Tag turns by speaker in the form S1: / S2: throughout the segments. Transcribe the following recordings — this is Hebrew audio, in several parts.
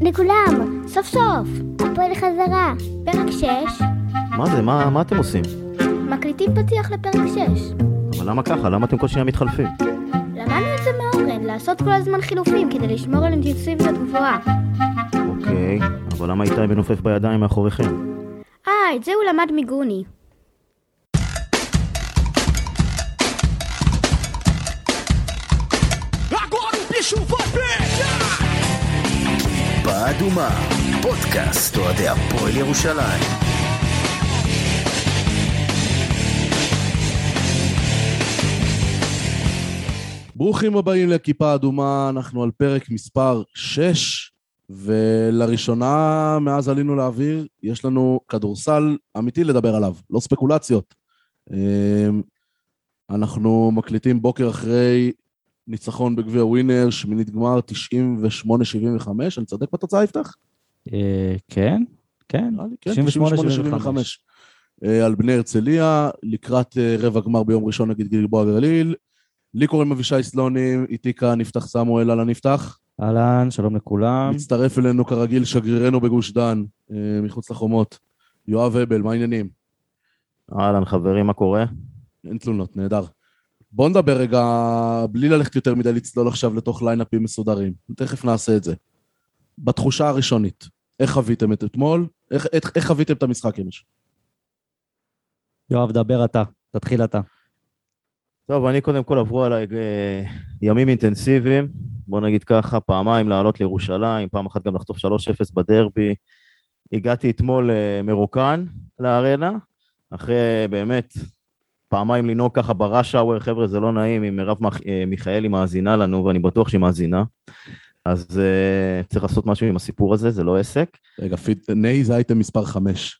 S1: לכולם, סוף סוף, הפועל חזרה, פרק 6.
S2: מה זה? מה אתם עושים?
S1: מקליטים פתיח לפרק 6.
S2: אבל למה ככה? למה אתם כל שניה מתחלפים?
S1: למדנו את זה מאורן, לעשות כל הזמן חילופים כדי לשמור על אינטנסיביות גבוהה.
S2: אוקיי, אבל למה איתי מנופף בידיים מאחוריכם?
S1: את זה הוא למד מגוני.
S3: באדומה, פודקאסט אוהדי הפועל ירושלים.
S4: ברוכים הבאים לכיפה אדומה, אנחנו על פרק מספר 6, ולראשונה מאז עלינו לאוויר, יש לנו כדורסל אמיתי לדבר עליו, לא ספקולציות. אנחנו מקליטים בוקר אחרי ניצחון בגביע ווינר, שמינית גמר 98-75, אני צודק בתוצאה יפתח?
S5: כן,
S4: 98-75. על בני הרצליה, לקראת רבע גמר ביום ראשון נגד גלבוע גליל. לי קוראים אבישי סלוני, איתי כאן נפתח סמואל, אהלן נפתח.
S5: אהלן, שלום לכולם.
S4: מצטרף אלינו כרגיל שגרירנו בגוש דן, מחוץ לחומות. יואב הבל, מה העניינים?
S2: אהלן חברים, מה קורה?
S4: אין תלונות, נהדר. בואו נדבר רגע, בלי ללכת יותר מדי לצלול עכשיו לתוך ליינאפים מסודרים. תכף נעשה את זה. בתחושה הראשונית, איך חוויתם את אתמול? איך חוויתם את המשחק אמש?
S5: יואב, דבר אתה, תתחיל אתה.
S2: טוב, אני קודם כל עברו עליי ימים אינטנסיביים, בוא נגיד ככה, פעמיים לעלות לירושלים, פעם אחת גם לחטוף 3-0 בדרבי. הגעתי אתמול מרוקן לארנה, אחרי באמת פעמיים לנהוג ככה בראש-האוור, חבר'ה, זה לא נעים, אם מרב מיכאלי מאזינה לנו, ואני בטוח שהיא מאזינה, אז צריך לעשות משהו עם הסיפור הזה, זה לא עסק.
S4: רגע, נאי זה הייתם מספר 5.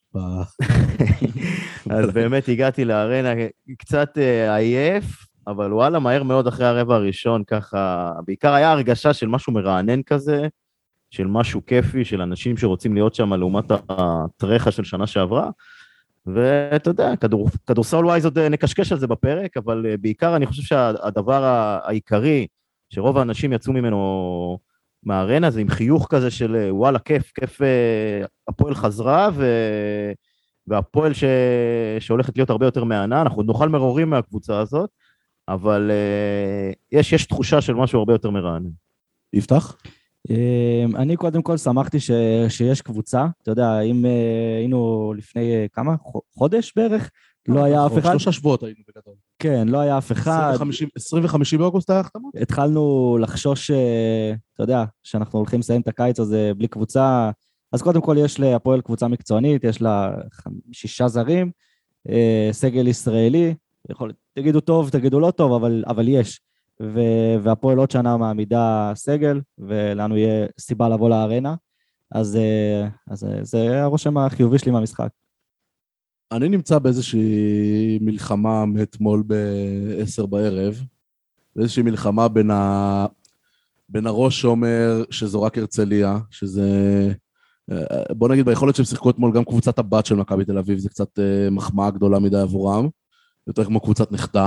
S2: אז באמת הגעתי לארנה, קצת עייף, אבל וואלה, מהר מאוד אחרי הרבע הראשון, ככה, בעיקר היה הרגשה של משהו מרענן כזה, של משהו כיפי, של אנשים שרוצים להיות שם לעומת הטרחה של שנה שעברה, ואתה יודע, כדורסל אולי עוד נקשקש על זה בפרק, אבל בעיקר אני חושב שהדבר העיקרי, שרוב האנשים יצאו ממנו מהארנה, זה עם חיוך כזה של וואלה, כיף, הפועל חזרה, והפועל שהולכת להיות הרבה יותר מענה, אנחנו נוכל מרורים מהקבוצה הזאת, אבל יש תחושה של משהו הרבה יותר מרענן.
S4: יפתח?
S5: אני קודם כל שמחתי שיש קבוצה, אתה יודע, אם היינו לפני כמה? חודש בערך? לא היה אף אחד.
S4: 3 שבועות היינו בגדול.
S5: כן, לא היה אף אחד.
S4: 25 באוגוסט היה החתמות?
S5: התחלנו לחשוש, אתה יודע, שאנחנו הולכים לסיים את הקיץ הזה בלי קבוצה, אז קודם כל יש להפועל קבוצה מקצוענית, יש לה 6 זרים, סגל ישראלי, תגידו טוב, תגידו לא טוב, אבל יש. והפועל עוד שנה מעמידה סגל, ולנו יהיה סיבה לבוא לארנה, אז זה הרושם החיובי שלי מהמשחק.
S4: אני נמצא באיזושהי מלחמה מאתמול ב-10 בערב, באיזושהי מלחמה בין הראש שאומר שזו רק הרצליה, שזה, בוא נגיד ביכולת שהם שיחקו אתמול גם קבוצת הבת של מכבי תל אביב, זה קצת מחמאה גדולה מדי עבורם, יותר כמו קבוצת נכדה,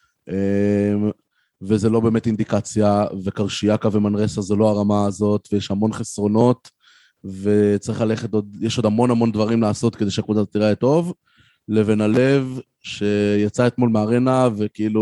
S4: וזה לא באמת אינדיקציה, וקרשיאקה ומנרסה זה לא הרמה הזאת, ויש המון חסרונות, וצריך ללכת יש עוד המון דברים לעשות כדי שהקבוצה תראה טוב, לבין הלב שיצא אתמול מהארנה, וכאילו,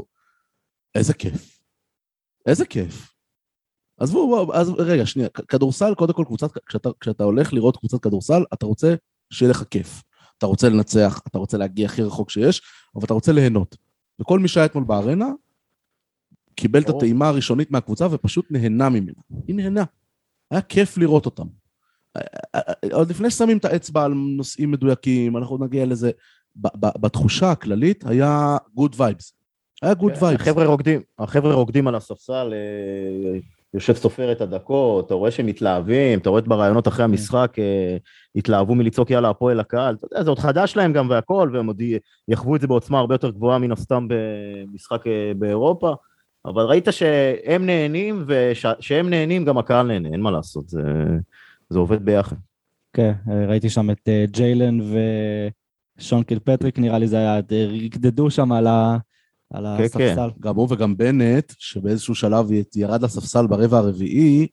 S4: איזה כיף. אז רגע, שנייה, כדורסל, קודם כל קבוצת, כשאתה הולך לראות קבוצת כדורסל, אתה רוצה שיהיה לך כיף. אתה רוצה לנצח, אתה רוצה להגיע הכי רחוק שיש, אבל אתה רוצה ליהנות. וכל מי שהיה אתמול בארנה, קיבל את הטעימה הראשונית מהקבוצה, ופשוט נהנה ממנה. היא נהנה. היה כיף לראות אותם. עוד לפני ששמים את האצבע על נושאים מדויקים, אנחנו נגיע לזה, בתחושה הכללית היה good vibes. היה good vibes.
S2: החבר'ה רוקדים על הספסל, יושב סופר את הדקות, אתה רואה שהם מתלהבים, אתה רואה ברעיונות אחרי המשחק, התלהבו מלצעוק יאללה הפועל לקהל, אתה יודע, זה עוד חדש להם גם והכל, והם עוד יחוו את זה בעוצמה הרבה יותר גבוהה מן הסתם במשחק באירופה, אבל ראית שהם נהנים, ושהם נהנים גם הקהל נהנה, אין מה לעשות, זה עובד ביחד.
S5: כן, ראיתי שם את ג'יילן ושון קילפטריק, נראה לי זה היה, רקדדו שם על הספסל.
S4: גם הוא וגם בנט, שבאיזשהו שלב ירד לספסל ברבע הרביעי,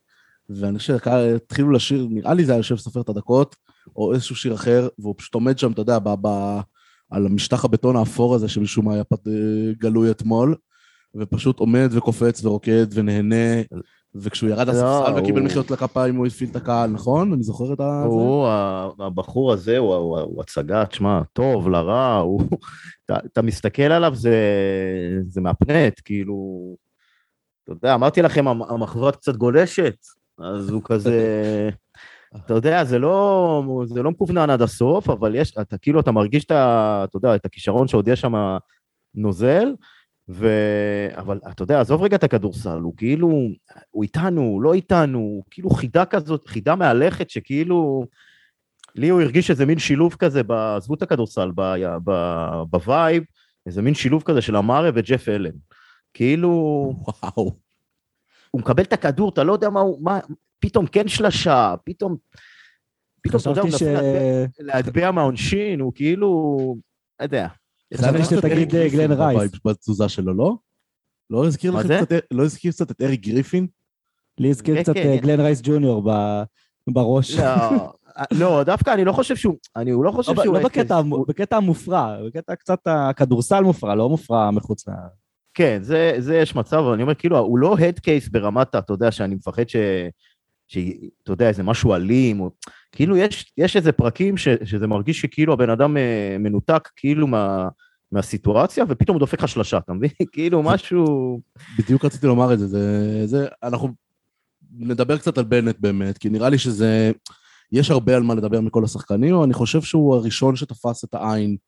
S4: ואני חושב שהתחילו לשיר, נראה לי זה היה יושב סופר את הדקות, או איזשהו שיר אחר, והוא פשוט עומד שם, אתה יודע, על המשטח הבטון האפור הזה, שמשום מה היה גלוי אתמול, ופשוט עומד וקופץ ורוקד ונהנה, וכשהוא ירד לספסל וקיבל מחיאות לכפיים, הוא הפעיל את הקהל, נכון? אני זוכר את זה?
S2: הבחור הזה הוא הצגה, תשמע, טוב, לרע, אתה מסתכל עליו, זה מהפנט, כאילו, אתה יודע, אמרתי לכם, המחברת קצת גולשת, אז הוא כזה, אתה יודע, זה לא מכוונן עד הסוף, אבל אתה כאילו, אתה מרגיש אתה יודע, את הכישרון שעוד יש שם נוזל, אבל אתה יודע, עזוב רגע את הכדורסל, הוא כאילו, הוא איתנו, הוא לא איתנו, הוא כאילו חידה כזאת, חידה מהלכת, שכאילו, לי הוא הרגיש איזה מין שילוב כזה, עזבו את הכדורסל, בווייב, איזה מין שילוב כזה של אמרה וג'ף אלן. כאילו,
S4: וואו.
S2: הוא מקבל את הכדור, אתה לא יודע מה, פתאום כן שלשה, פתאום אתה יודע, הוא נפל להטביע מהעונשין, הוא כאילו, לא יודע.
S5: חשבתי שתגיד גלן רייס.
S4: בתזוזה שלו, לא? לא הזכיר קצת את אריק גריפין?
S5: לי הזכיר קצת גלן רייס ג'וניור בראש.
S2: לא, דווקא אני לא חושב שהוא,
S5: לא בקטע המופרע, בקטע קצת הכדורסל מופרע, לא מופרע מחוץ ל...
S2: כן, זה יש מצב, אבל אני אומר, כאילו, הוא לא הד קייס ברמת, אתה יודע, שאני מפחד אתה יודע, איזה משהו אלים, כאילו יש איזה פרקים שזה מרגיש שכאילו הבן אדם מנותק, כאילו מהסיטואציה, ופתאום הוא דופק לך שלשה, אתה מבין? כאילו משהו...
S4: בדיוק רציתי לומר את זה, אנחנו נדבר קצת על בנט באמת, כי נראה לי שזה, יש הרבה על מה לדבר מכל השחקנים, אני חושב שהוא הראשון שתפס את העין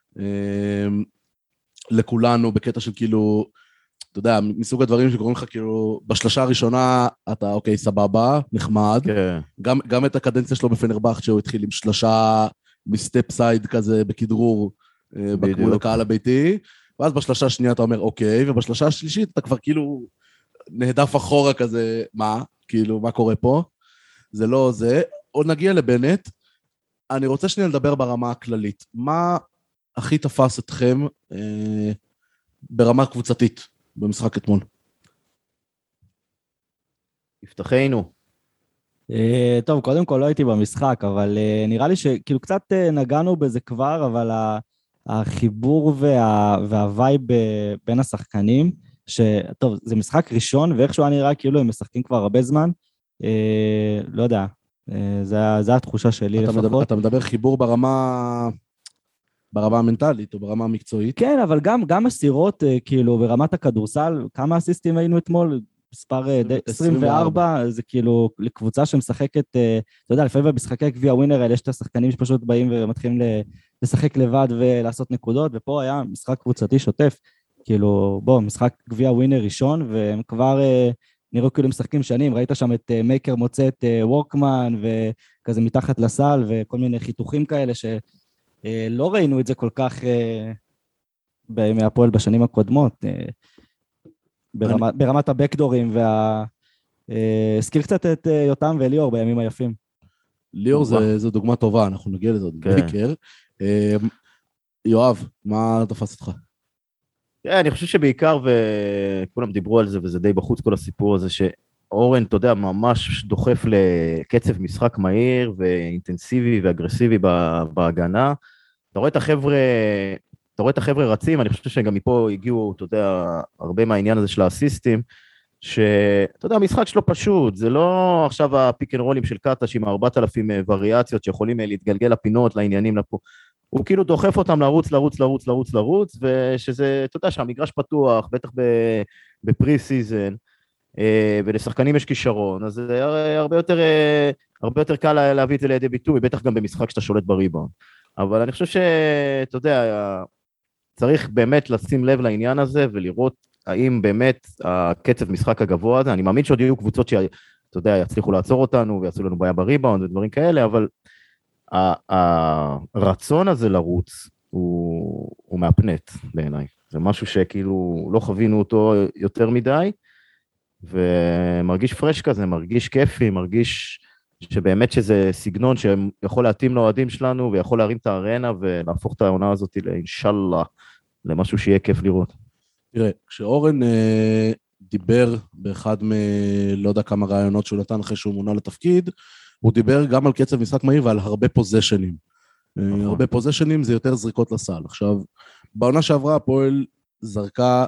S4: לכולנו, בקטע של כאילו, אתה יודע, מסוג הדברים שקוראים לך כאילו, בשלשה הראשונה אתה אוקיי, סבבה, נחמד, גם את הקדנציה שלו בפנרבכט, שהוא התחיל עם שלשה מסטפ סייד כזה בקדרור, בגבול הקהל הביתי, ואז בשלשה השנייה אתה אומר אוקיי, ובשלשה השלישית אתה כבר כאילו נהדף אחורה כזה, מה? כאילו, מה קורה פה? זה לא זה. עוד נגיע לבנט, אני רוצה שנייה לדבר ברמה הכללית. מה הכי תפס אתכם ברמה קבוצתית במשחק אתמול?
S2: הבטחנו.
S5: טוב, קודם כל לא הייתי במשחק, אבל נראה לי שכאילו קצת נגענו בזה כבר, אבל החיבור והווייב בין השחקנים, שטוב, זה משחק ראשון, ואיכשהו אני נראה כאילו הם משחקים כבר הרבה זמן, לא יודע, זה התחושה שלי לפחות.
S4: אתה מדבר חיבור ברמה המנטלית או ברמה המקצועית?
S5: כן, אבל גם הסירות, כאילו, ברמת הכדורסל, כמה אסיסטים היינו אתמול? מספר 24, זה כאילו לקבוצה שמשחקת, אתה יודע, לפעמים במשחקי גביע ווינר האלה, יש את השחקנים שפשוט באים ומתחילים לשחק לבד ולעשות נקודות, ופה היה משחק קבוצתי שוטף, כאילו, בוא, משחק גביע ווינר ראשון, והם כבר נראו כאילו משחקים שנים, ראית שם את מייקר מוצא את וורקמן, וכזה מתחת לסל, וכל מיני חיתוכים כאלה, שלא ראינו את זה כל כך מהפועל בשנים הקודמות, ברמת הבקדורים, הזכיר קצת את יותם וליאור בימים היפים.
S4: ליאור זה דוגמה טובה, אנחנו נגיע לזה עוד בקר. יואב, מה תפס אותך?
S2: אני חושב שבעיקר, וכולם דיברו על זה, וזה די בחוץ כל הסיפור הזה, שאורן, אתה יודע, ממש דוחף לקצב משחק מהיר, ואינטנסיבי ואגרסיבי בהגנה. אתה רואה את החבר'ה רצים, אני חושב שגם מפה הגיעו, אתה יודע, הרבה מהעניין הזה של האסיסטים, שאתה יודע, המשחק שלו פשוט, זה לא עכשיו הפיק אנד רולים של קטש עם 4,000 וריאציות שיכולים להתגלגל לפינות, לעניינים לפה. הוא כאילו דוחף אותם לרוץ, ושזה, אתה יודע, שהמגרש פתוח, בטח בפרי סיזן, ולשחקנים יש כישרון, אז זה הרבה יותר קל להביא את זה לידי ביטוי, בטח גם במשחק שאתה שולט בריבאונד. אבל אני חושב שאתה יודע, צריך באמת לשים לב לעניין הזה, ולראות האם באמת הקצב משחק הגבוה הזה, אני מאמין שעוד יהיו קבוצות שאתה יודע, יצליחו לעצור אותנו, ויעשו לנו בעיה בריבאונד ודברים כאלה, אבל הרצון הזה לרוץ הוא מהפנט בעיניי. זה משהו שכאילו לא חווינו אותו יותר מדי, ומרגיש פרש כזה, מרגיש כיפי, מרגיש שבאמת שזה סגנון שיכול להתאים לאוהדים שלנו, ויכול להרים את הארנה ולהפוך את העונה הזאת לאינשאללה, למשהו שיהיה כיף לראות.
S4: תראה, כשאורן דיבר באחד לא יודע כמה רעיונות שהוא נתן אחרי שהוא מונה לתפקיד, הוא דיבר גם על קצב משחק מהיר ועל הרבה פוזיישנים. הרבה פוזיישנים זה יותר זריקות לסל. עכשיו, בעונה שעברה הפועל זרקה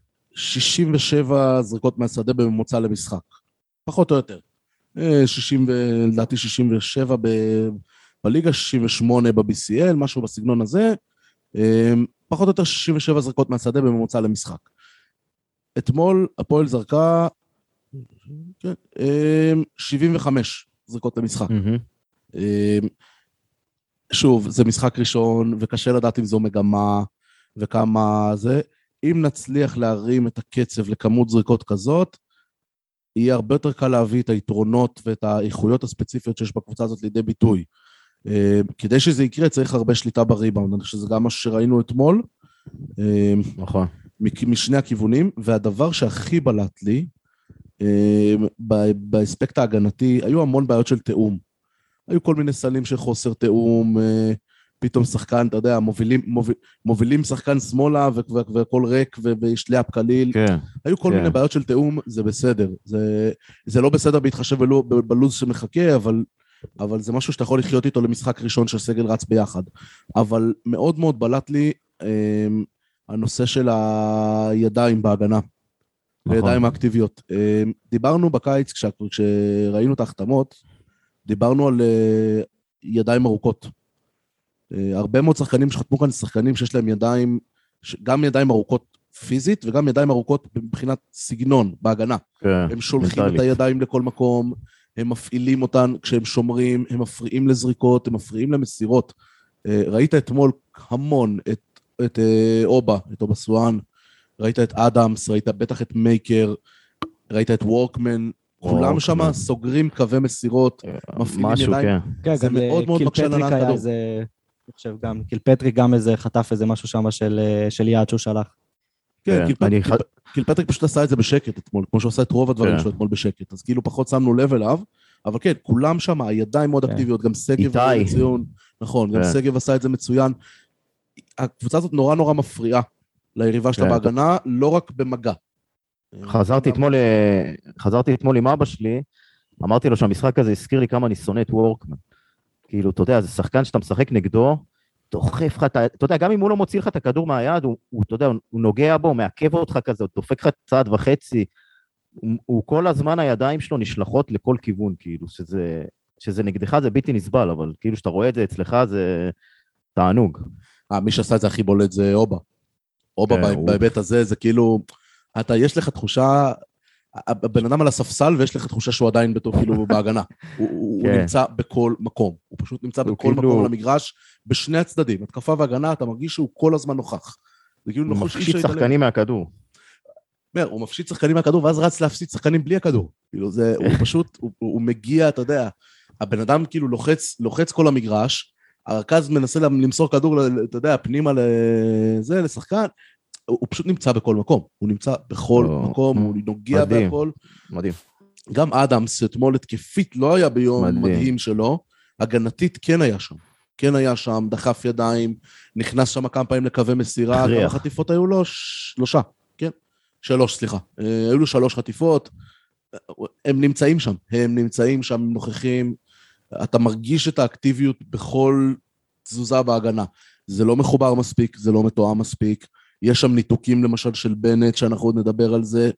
S4: 67 זריקות מהשדה בממוצע למשחק. פחות או יותר. 60, לדעתי 67 בליגה, 68 ב-BCL, משהו בסגנון הזה. פחות או יותר 67 זריקות מהשדה בממוצע למשחק. אתמול הפועל זרקה 75 זריקות למשחק. שוב, זה משחק ראשון, וקשה לדעת אם זו מגמה, וכמה זה. אם נצליח להרים את הקצב לכמות זריקות כזאת, יהיה הרבה יותר קל להביא את היתרונות ואת האיכויות הספציפיות שיש בקבוצה הזאת לידי ביטוי. כדי שזה יקרה, צריך הרבה שליטה בריבאונד, אני חושב שזה גם מה שראינו אתמול.
S2: נכון.
S4: משני הכיוונים, והדבר שהכי בלט לי, באספקט ההגנתי, היו המון בעיות של תאום. היו כל מיני סלים של חוסר תאום, פתאום שחקן, אתה יודע, מובילים שחקן שמאלה, והכל ריק, ויש לאפ קליל.
S2: כן.
S4: היו כל מיני בעיות של תאום, זה בסדר. זה לא בסדר בהתחשב בלוז שמחכה, אבל זה משהו שאתה יכול לחיות איתו למשחק ראשון של סגל רץ ביחד. אבל מאוד מאוד בלט לי הנושא של הידיים בהגנה, הידיים האקטיביות. דיברנו בקיץ, כשראינו את ההחתמות, דיברנו על ידיים ארוכות. הרבה מאוד שחקנים שחתמו כאן, שחקנים שיש להם ידיים, גם ידיים ארוכות פיזית, וגם ידיים ארוכות מבחינת סגנון בהגנה. הם שולחים את הידיים לכל מקום, הם מפעילים אותן כשהם שומרים, הם מפריעים לזריקות, הם מפריעים למסירות. ראית אתמול המון את אובה, את אובה סואן, ראית את אדמס, ראית בטח את מייקר, ראית את וורקמן, כולם שם סוגרים קווי מסירות, מפעילים ידיים.
S5: זה מאוד מאוד מקשה על הנעת כדור. אני חושב גם, קילפטריק גם חטף איזה משהו שם של יעד שהוא שלח.
S4: כן, קילפטריק פשוט עשה את זה בשקט אתמול, כמו שהוא עשה את רוב הדברים שלו אתמול בשקט, אז כאילו פחות שמנו לב אליו, אבל כן, כולם שם, הידיים מאוד אקטיביות, גם סגב עשה את זה מצוין, נכון, גם סגב עשה את זה מצוין. הקבוצה הזאת נורא נורא מפריעה ליריבה שלה בהגנה, לא רק במגע.
S2: חזרתי אתמול עם אבא שלי, אמרתי לו שהמשחק הזה הזכיר לי כמה אני שונא את וורקמן. כאילו, אתה יודע, זה שחקן שאתה משחק נגדו, דוחף לך, אתה יודע, גם אם הוא לא מוציא לך את הכדור מהיד, אתה יודע, הוא נוגע בו, הוא מעכב אותך כזה, הוא דופק לך צעד וחצי, הוא כל הזמן הידיים שלו נשלחות לכל כיוון, כאילו, שזה נגדך זה בלתי נסבל, אבל כאילו שאתה רואה את זה אצלך זה תענוג.
S4: מי שעשה את זה הכי בולט זה אובה. אובה בהיבט הזה, זה כאילו, יש לך תחושה, הבן אדם על הספסל, ויש לך תחושה שהוא עדיין בתור כאילו בהגנה. הוא נמצא בכל מקום. הוא פשוט נמצא בכל מקום על המגרש, בשני הצדדים. התקפה והגנה, אתה מרגיש שהוא כל הזמן נוכח.
S2: הוא מפשיט שחקנים מהכדור.
S4: הוא מפשיט שחקנים מהכדור, ואז רץ להפסיד שחקנים בלי הכדור. הוא פשוט, הוא מגיע, אתה יודע, הבן אדם כאילו לוחץ כל המגרש, הרכז מנסה למסור כדור, אתה יודע, פנימה לזה, לשחקן, הוא פשוט נמצא בכל מקום, הוא נמצא בכל מקום, הוא נוגע בהכל.
S2: מדהים.
S4: גם אדמס, אתמול התקפית לא היה ביום מדהים שלו, הגנתית כן היה שם, דחף ידיים, נכנס שם כמה פעמים לקווי מסירה, כמה חטיפות היו לו? 3, כן? 3, סליחה. היו לו 3 חטיפות, הם נמצאים שם, הם נוכחים, אתה מרגיש את האקטיביות בכל תזוזה בהגנה. זה לא מחובר מספיק, זה לא מתואם מספיק, יש שם ניתוקים למשל של בנט, שאנחנו עוד נדבר על זה,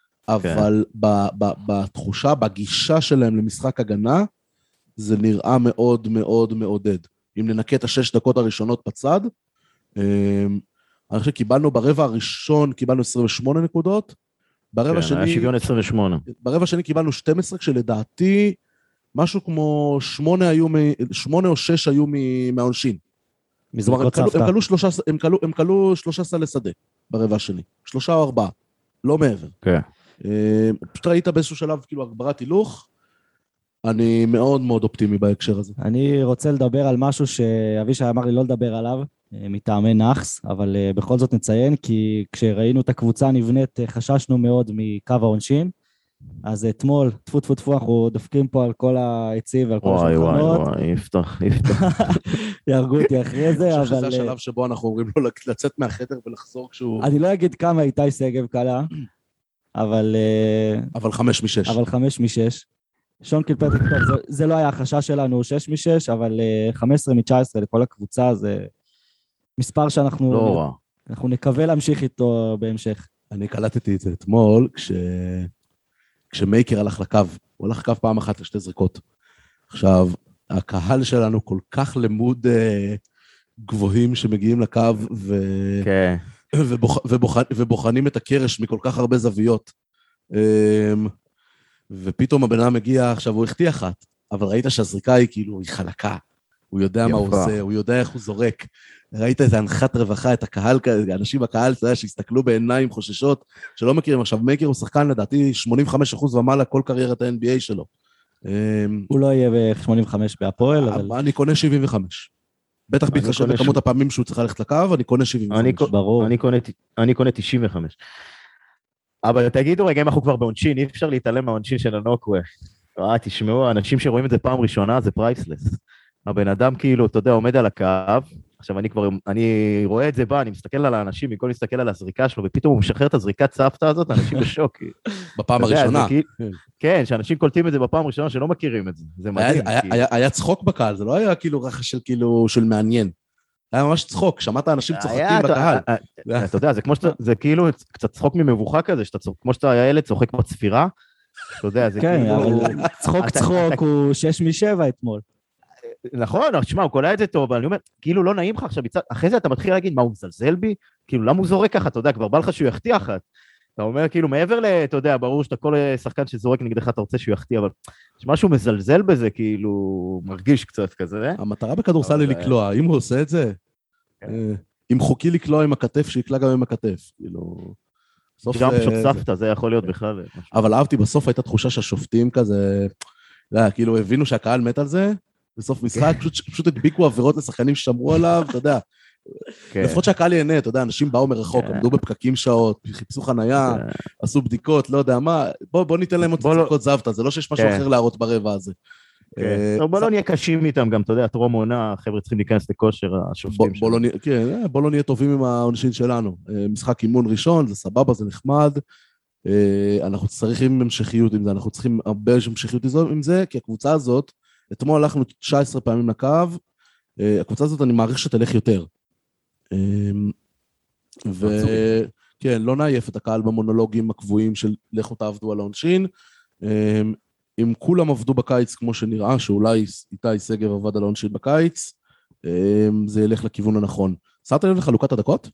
S4: אבל בתחושה, בגישה שלהם למשחק הגנה, זה נראה מאוד מאוד מעודד. אם ננקה את 6 דקות הראשונות בצד, אני חושב שקיבלנו ברבע הראשון, קיבלנו 28 נקודות, ברבע שני...
S2: היה שוויון 28.
S4: ברבע שני קיבלנו 12, כשלדעתי, משהו כמו 8 או 6 היו מהעונשין. הם קלו 13 לשדה ברבע השני, 3 או 4, לא מעבר.
S2: כן.
S4: פשוט ראית באיזשהו שלב, כאילו, הגברת הילוך, אני מאוד מאוד אופטימי בהקשר הזה.
S5: אני רוצה לדבר על משהו שאבישי אמר לי לא לדבר עליו, מטעמי נחס, אבל בכל זאת נציין, כי כשראינו את הקבוצה נבנית, חששנו מאוד מקו העונשין, אז אתמול, טפו, אנחנו דופקים פה על כל העצים ועל כל השולחנות.
S2: וואי, יפתח.
S5: יהרגו אותי אחרי זה, אבל...
S4: אני חושב שזה השלב שבו אנחנו אומרים לו לצאת מהחדר ולחזור כשהוא...
S5: אני לא אגיד כמה איתי סגב קלה, אבל
S4: 5 מ-6.
S5: אבל 5 מ-6. שון קילפטריק, טוב, זה לא היה החשש שלנו, 6 מ-6, אבל 15 מ-19 לכל הקבוצה, זה מספר שאנחנו
S2: לא רע.
S5: אנחנו נקווה להמשיך איתו בהמשך.
S4: אני קלטתי את זה אתמול, כשמייקר הלך לקו, הוא הלך לקו פעם אחת לשתי זריקות. עכשיו, הקהל שלנו כל כך למוד גבוהים שמגיעים לקו,
S2: כן.
S4: ובוחנים את הקרש מכל כך הרבה זוויות. ופתאום הבן אדם מגיע, עכשיו הוא החטיא אחת, אבל ראית שהזריקה היא כאילו, היא חלקה. הוא יודע מה הוא עושה, הוא יודע איך הוא זורק. ראית איזה הנחת רווחה, את הקהל, אנשים בקהל, אתה יודע, שהסתכלו בעיניים חוששות, שלא מכירים. עכשיו, מייקר הוא שחקן לדעתי 85% ומעלה כל קריירת ה-NBA שלו.
S5: הוא לא יהיה ב-85 בהפועל, אבל...
S4: אני קונה 75. בטח בהתחשב בכמות הפעמים שהוא צריך ללכת לקו, אני קונה 75.
S5: ברור.
S2: אני קונה 95. אבל תגידו רגע, אם אנחנו כבר בעונשין, אי אפשר להתעלם מהעונשין של הנוקווה. תשמעו, אנשים שרואים את זה פעם ראשונה, זה פרייסלס. הבן אדם כאילו, אתה יודע, עומד על הקו, עכשיו אני רואה את זה אני מסתכל על האנשים, במקום להסתכל על הזריקה שלו, ופתאום הוא משחרר את הזריקת סבתא הזאת, אנשים בשוק.
S4: בפעם הראשונה.
S2: כן, שאנשים קולטים את זה בפעם הראשונה, שלא מכירים את זה. זה מדהים.
S4: היה צחוק בקהל, זה לא היה כאילו רחש של מעניין. היה ממש צחוק, שמעת אנשים צוחקים בקהל.
S2: אתה יודע, זה כאילו קצת צחוק ממבוכה כזה, כמו שאתה ילד צוחק בצפירה, אתה יודע, זה כאילו...
S5: כן, אבל צחוק הוא 6 מ-7 אתמול.
S2: נכון, תשמע, הוא קולע את זה טוב, אבל אני אומר, כאילו לא נעים לך עכשיו, אחרי זה אתה מתחיל להגיד, מה הוא מזלזל בי? כאילו, למה הוא זורק ככה? אתה יודע, כבר בא לך שהוא יחטיא אחת. אתה אומר, כאילו, מעבר אתה יודע, ברור שאתה כל שחקן שזורק נגדך, אתה רוצה שהוא יחטיא, אבל משהו מזלזל בזה, כאילו, מרגיש קצת כזה.
S4: המטרה בכדורסל היא לקלוע, אם הוא עושה את זה, אם חוקי לקלוע עם הכתף, שיקלע גם עם הכתף, כאילו...
S2: גם פשוט סבתא, זה יכול להיות בכלל.
S4: אבל אהבתי, בסוף הייתה תחושה שהשופטים כזה, כאילו, הבינו שהקהל מת על זה, בסוף משחק, פשוט הדביקו עבירות לשחקנים ששמרו עליו, אתה יודע, לפחות שהקהל ייהנה, אתה יודע, אנשים באו מרחוק, עמדו בפקקים שעות, חיפשו חנייה, עשו בדיקות, לא יודע מה, בוא ניתן להם עוד צחקות זבתא, זה לא שיש משהו אחר להראות ברבע הזה.
S2: בוא לא נהיה קשים איתם גם, אתה יודע, טרום עונה, החבר'ה צריכים להיכנס לכושר, השופטים שלנו.
S4: בוא לא נהיה טובים עם העונשין שלנו. משחק אימון ראשון, זה סבבה, זה נחמד, אנחנו צריכים המשכיות עם זה, אנחנו צריכים הרבה המשכיות עם זה, כי הקבוצה הזאת, אתמול הלכנו 19 פעמים לקו, הקבוצה הזאת אני מעריך שתלך יותר. וכן, לא נעייף את הקהל במונולוגים הקבועים של לכו תעבדו על העונשין. אם כולם עבדו בקיץ כמו שנראה, שאולי איתי סגב עבד על העונשין בקיץ, זה ילך לכיוון הנכון. שמת לב לחלוקת הדקות?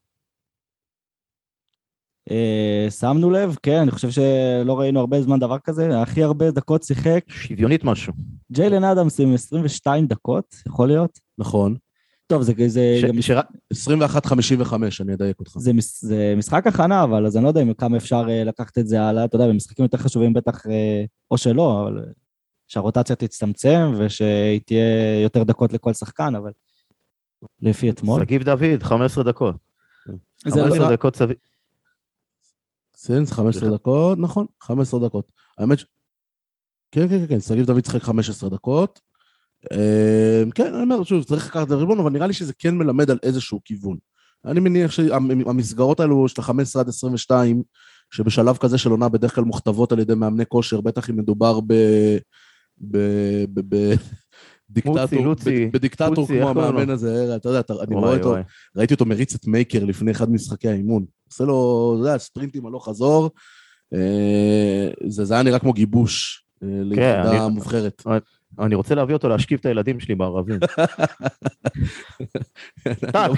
S5: שמנו לב, כן, אני חושב שלא ראינו הרבה זמן דבר כזה, הכי הרבה דקות שיחק.
S2: שוויונית משהו.
S5: ג'יילן אדמס עם 22 דקות, יכול להיות?
S4: נכון.
S5: טוב, זה
S4: 21-55, אני אדייק אותך.
S5: זה משחק הכנה, אבל אז אני לא יודע אם כמה אפשר לקחת את זה הלאה, אתה יודע, במשחקים יותר חשובים בטח, או שלא, אבל שהרוטציה תצטמצם, ושהיא תהיה יותר דקות לכל שחקן, אבל לפי אתמול.
S2: סגיב דוד, 15 דקות. 15 דקות סביב.
S4: סנס, 15 דקות, נכון, 15 דקות. האמת כן, סגיב דוד צריך 15 דקות. כן, אני אומר, שוב, צריך לקחת את הריבון, אבל נראה לי שזה כן מלמד על איזשהו כיוון. אני מניח שהמסגרות האלו של 15 עד 22, שבשלב כזה של עונה בדרך כלל מוכתבות על ידי מאמני כושר, בטח אם מדובר בדיקטטור כמו המאמן הזה, אתה יודע, אני רואה אותו, ראיתי אותו מריץ את מייקר לפני אחד משחקי האימון, עושה לו, אתה יודע, ספרינטים הלוך חזור, זה היה נראה כמו גיבוש ליחידה מובחרת.
S2: אני רוצה להביא אותו להשכיב את הילדים שלי בערבים. טק,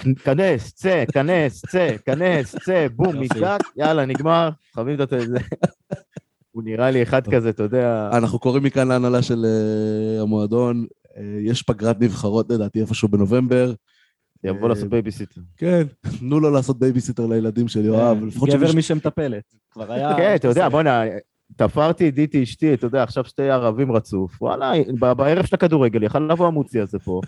S2: כנס, צא, בום, משחק, יאללה, נגמר, חייבים את זה. הוא נראה לי אחד כזה, אתה יודע...
S4: אנחנו קוראים מכאן להנהלה של המועדון, יש פגרת נבחרות, לדעתי, איפשהו בנובמבר.
S2: יבוא לעשות בייביסיטר.
S4: כן, תנו לו לעשות בייביסיטר לילדים של יואב.
S5: גבר מי שמטפלת. כבר היה...
S2: כן, אתה יודע, בוא תפרתי, דיתי, אשתי, אתה יודע, עכשיו שתי ערבים רצוף, וואלה, בערב של הכדורגל, יכל לבוא המוציא הזה פה.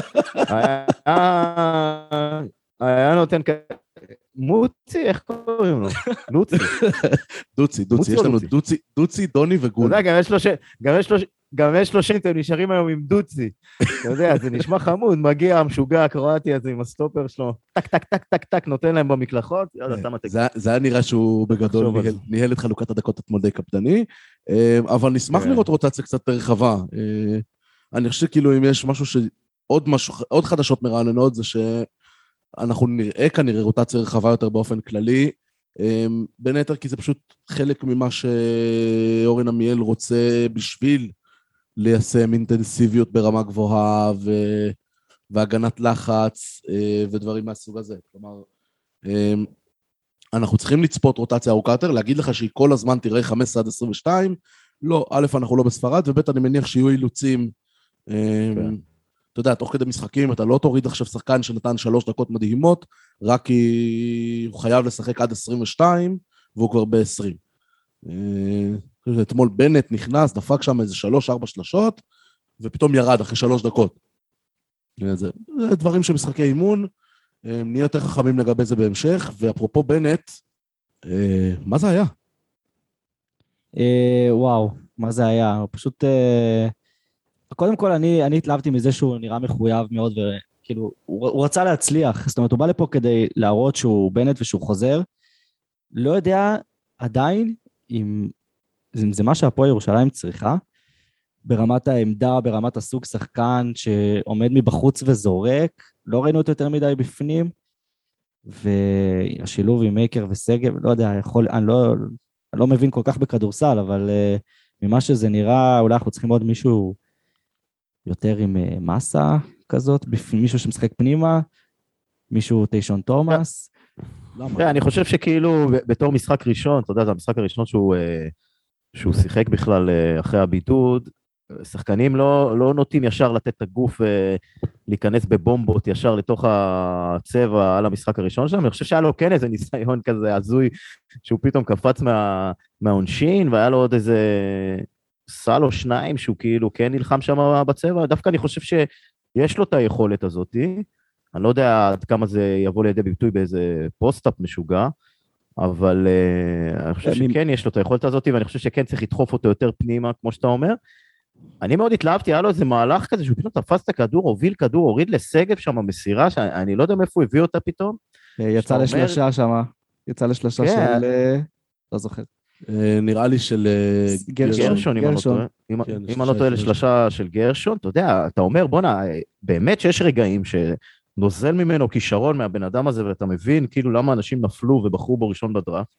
S2: היה נותן מוצי, איך קוראים לו? דוצי.
S4: דוצי, יש לנו דוצי, דוני וגול.
S2: אתה יודע, גם יש 30, אתם נשארים היום עם דוצי. אתה יודע, זה נשמע חמוד, מגיע המשוגע הקרואטי הזה עם הסטופר שלו, טק, טק, טק, טק, טק, נותן להם במקלחות, יאללה, תמה תגיד.
S4: זה היה נראה שהוא בגדול ניהל את חלוקת הדקות אתמול די קפדני, אבל נשמח לראות רוטציה קצת רחבה. אני חושב שכאילו אם יש משהו עוד חדשות מרעננות, זה שאנחנו נראה כנראה רוטציה רחבה יותר באופן כללי, בין היתר כי זה פשוט חלק ממה שאורן עמיאל רוצה בשביל ליישם אינטנסיביות ברמה גבוהה והגנת לחץ ודברים מהסוג הזה. כלומר, אנחנו צריכים לצפות רוטציה ארוכה יותר, להגיד לך שהיא כל הזמן תראה 15 עד 22, לא, א', אנחנו לא בספרד, וב', אני מניח שיהיו אילוצים, אתה יודע, תוך כדי משחקים, אתה לא תוריד עכשיו שחקן שנתן 3 דקות מדהימות, רק כי הוא חייב לשחק עד 22, והוא כבר ב-20. אתמול בנט נכנס, דפק שם איזה 3-4 שלשות, ופתאום ירד אחרי 3 דקות. זה דברים של משחקי אימון, נהיה יותר חכמים לגבי זה בהמשך, ואפרופו בנט, מה זה היה?
S5: וואו, מה זה היה? הוא פשוט... קודם כל, אני התלהבתי מזה שהוא נראה מחויב מאוד, וכאילו, הוא רצה להצליח, זאת אומרת, הוא בא לפה כדי להראות שהוא בנט ושהוא חוזר, לא יודע עדיין אם זה מה שהפועל ירושלים צריכה, ברמת העמדה, ברמת הסוג שחקן שעומד מבחוץ וזורק, לא ראינו אותו יותר מדי בפנים, והשילוב עם מייקר וסגב, לא יודע, אני לא מבין כל כך בכדורסל, אבל ממה שזה נראה, אולי אנחנו צריכים עוד מישהו יותר עם מסה כזאת, מישהו שמשחק פנימה, מישהו טיישון תומאס.
S2: אני חושב שכאילו בתור משחק ראשון, אתה יודע, זה המשחק הראשון שהוא שיחק בכלל אחרי הבידוד, שחקנים לא נוטים ישר לתת את הגוף להיכנס בבומבות ישר לתוך הצבע על המשחק הראשון שלהם, אני חושב שהיה לו כן איזה ניסיון כזה הזוי, שהוא פתאום קפץ מהעונשין, והיה לו עוד איזה סל או שניים, שהוא כאילו כן נלחם שם בצבע, דווקא אני חושב שיש לו את היכולת הזאת, אני לא יודע עד כמה זה יבוא לידי ביטוי באיזה פוסט-אפ משוגע, אבל אני חושב שכן יש לו את היכולת הזאת, ואני חושב שכן צריך לדחוף אותו יותר פנימה, כמו שאתה אומר. אני מאוד התלהבתי, היה לו איזה מהלך כזה, שהוא פתאום תפס את הכדור, הוביל כדור, הוריד לסגב שם מסירה, שאני לא יודע מאיפה הוא הביא אותה פתאום.
S5: יצא לשלושה שם, יצא לשלושה של... לא זוכר.
S4: נראה לי של
S2: גרשון, אם אני לא טועה לשלושה של גרשון, אתה יודע, אתה אומר, בונה, באמת שיש רגעים שנוזל ממנו כישרון מהבן אדם הזה, ואתה מבין כאילו למה אנשים נפלו ובחרו בו ראשון בדראפט,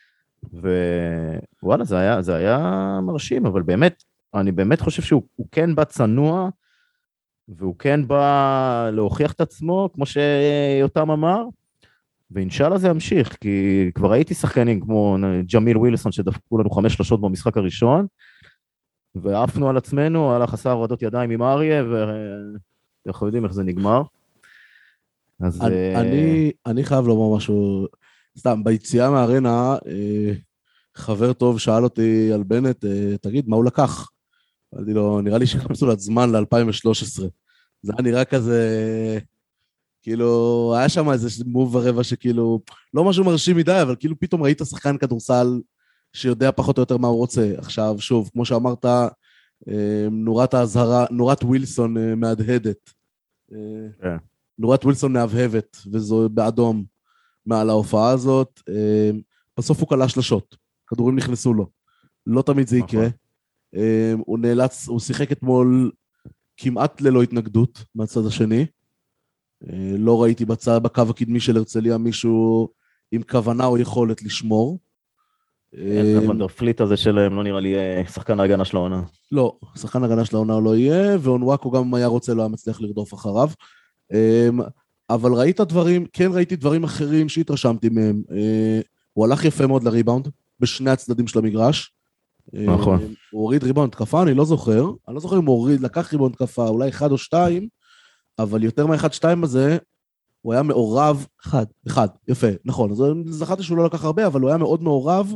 S2: ווואלה, זה היה מרשים, אבל באמת, אני באמת חושב שהוא כן בא צנוע, והוא כן בא להוכיח את עצמו, כמו שיותם אמר, ואינשאללה זה ימשיך, כי כבר ראיתי שחקנים כמו ג'מיל ווילסון, שדפקו לנו 5 שלשות במשחק הראשון, ועפנו על עצמנו, על החסר הורדות ידיים עם אריה, ואנחנו יודעים איך זה נגמר. אז...
S4: אני חייב לומר משהו, סתם, ביציאה מהארנה, חבר טוב שאל אותי על בנט, תגיד, מה הוא לקח? אמרתי לו, נראה לי שחפשו לה זמן ל-2013. זה היה נראה כזה, כאילו, היה שם איזה מוב ורבע שכאילו, לא משהו מרשים מדי, אבל כאילו פתאום ראית שחקן כדורסל שיודע פחות או יותר מה הוא רוצה. עכשיו, שוב, כמו שאמרת, נורת ההזהרה, נורת ווילסון מהדהדת. נורת ווילסון מהבהבת, וזו באדום מעל ההופעה הזאת. בסוף הוא קלה שלשות, כדורים נכנסו לו. לא תמיד זה יקרה. הוא נאלץ, הוא שיחק אתמול כמעט ללא התנגדות מהצד השני. לא ראיתי בקו הקדמי של הרצליה מישהו עם כוונה או יכולת לשמור.
S2: הוונדרפליט הזה שלהם לא נראה לי שחקן ההגנה של העונה.
S4: לא, שחקן ההגנה של העונה הוא לא יהיה, ואונוואקו גם היה רוצה, לא היה מצליח לרדוף אחריו. אבל ראית דברים, כן ראיתי דברים אחרים שהתרשמתי מהם. הוא הלך יפה מאוד לריבאונד, בשני הצדדים של המגרש.
S2: נכון.
S4: הוא הוריד ריבאונד תקפה, אני לא זוכר אם הוא הוריד, לקח ריבאונד תקפה, אולי 1 או 2, אבל יותר מה-1-2 הזה, הוא היה מעורב, אחד, יפה, נכון, אז זכרתי שהוא לא לקח הרבה, אבל הוא היה מאוד מעורב